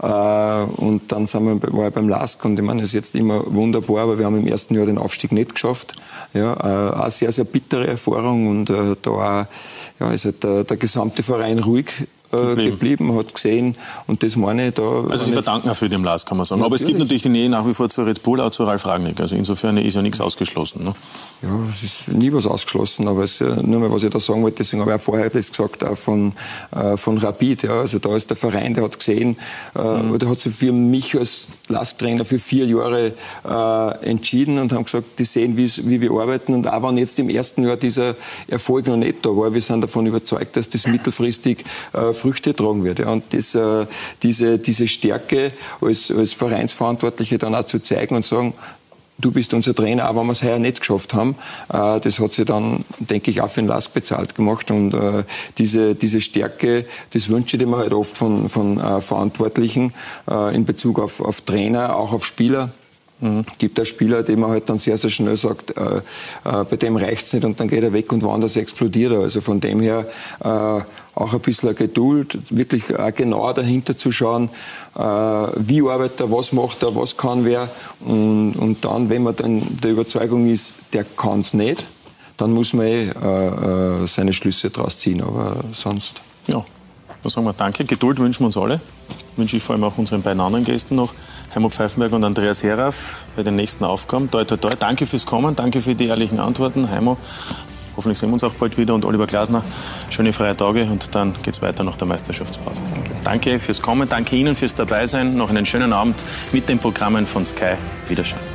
Äh, und dann sind wir, war ich beim Lask und ich meine, das ist jetzt immer wunderbar, aber wir haben im ersten Jahr den Aufstieg nicht geschafft. Ja, äh, eine sehr, sehr bittere Erfahrung und äh, da auch, ja, ist halt der, der gesamte Verein ruhig äh, geblieben, hat gesehen und das meine ich da. Also Sie verdanken auch für den Lask, kann man sagen. Aber es gibt natürlich die Nähe nach wie vor zu Red Bull, auch zu Ralf Rangnick. Also insofern ist ja nichts ausgeschlossen. Ne? Ja, es ist nie was ausgeschlossen, aber es ist ja nur mal, was ich da sagen wollte, deswegen habe ich auch vorher das gesagt, auch von, äh, von Rapid. Ja. Also da ist der Verein, der hat gesehen, äh, mhm. der hat sich für mich als Lask-Trainer für vier Jahre äh, entschieden und haben gesagt, die sehen, wie wir arbeiten. Und auch wenn jetzt im ersten Jahr dieser Erfolg noch nicht da war, wir sind davon überzeugt, dass das mittelfristig äh, Früchte tragen wird. Ja. Und das, äh, diese, diese Stärke als, als Vereinsverantwortliche dann auch zu zeigen und sagen, du bist unser Trainer, auch wenn wir es heuer nicht geschafft haben. Äh, das hat sich dann, denke ich, auch für den Lask bezahlt gemacht. Und äh, diese, diese Stärke, das wünsche ich mir halt oft von, von äh, Verantwortlichen äh, in Bezug auf, auf Trainer, auch auf Spieler. Mhm. Gibt auch Spieler, die man halt dann sehr, sehr schnell sagt, äh, äh, bei dem reicht's nicht und dann geht er weg und woanders explodiert er. Also von dem her äh, auch ein bisschen Geduld, wirklich auch genauer dahinter zu schauen, äh, wie arbeitet er, was macht er, was kann wer. Und, und dann, wenn man dann der Überzeugung ist, der kann's nicht, dann muss man eh äh, äh, seine Schlüsse daraus ziehen. Aber sonst... Ja, dann sagen wir danke. Geduld wünschen wir uns alle. Wünsche ich vor allem auch unseren beiden anderen Gästen noch. Heimo Pfeifenberger und Andreas Heraf bei den nächsten Aufgaben. Toi, toi, toi. Danke fürs Kommen, danke für die ehrlichen Antworten. Heimo, hoffentlich sehen wir uns auch bald wieder. Und Oliver Glasner, schöne freie Tage und dann geht's weiter nach der Meisterschaftspause. Danke. Danke fürs Kommen, danke Ihnen fürs Dabeisein. Noch einen schönen Abend mit den Programmen von Sky. Wiederschauen.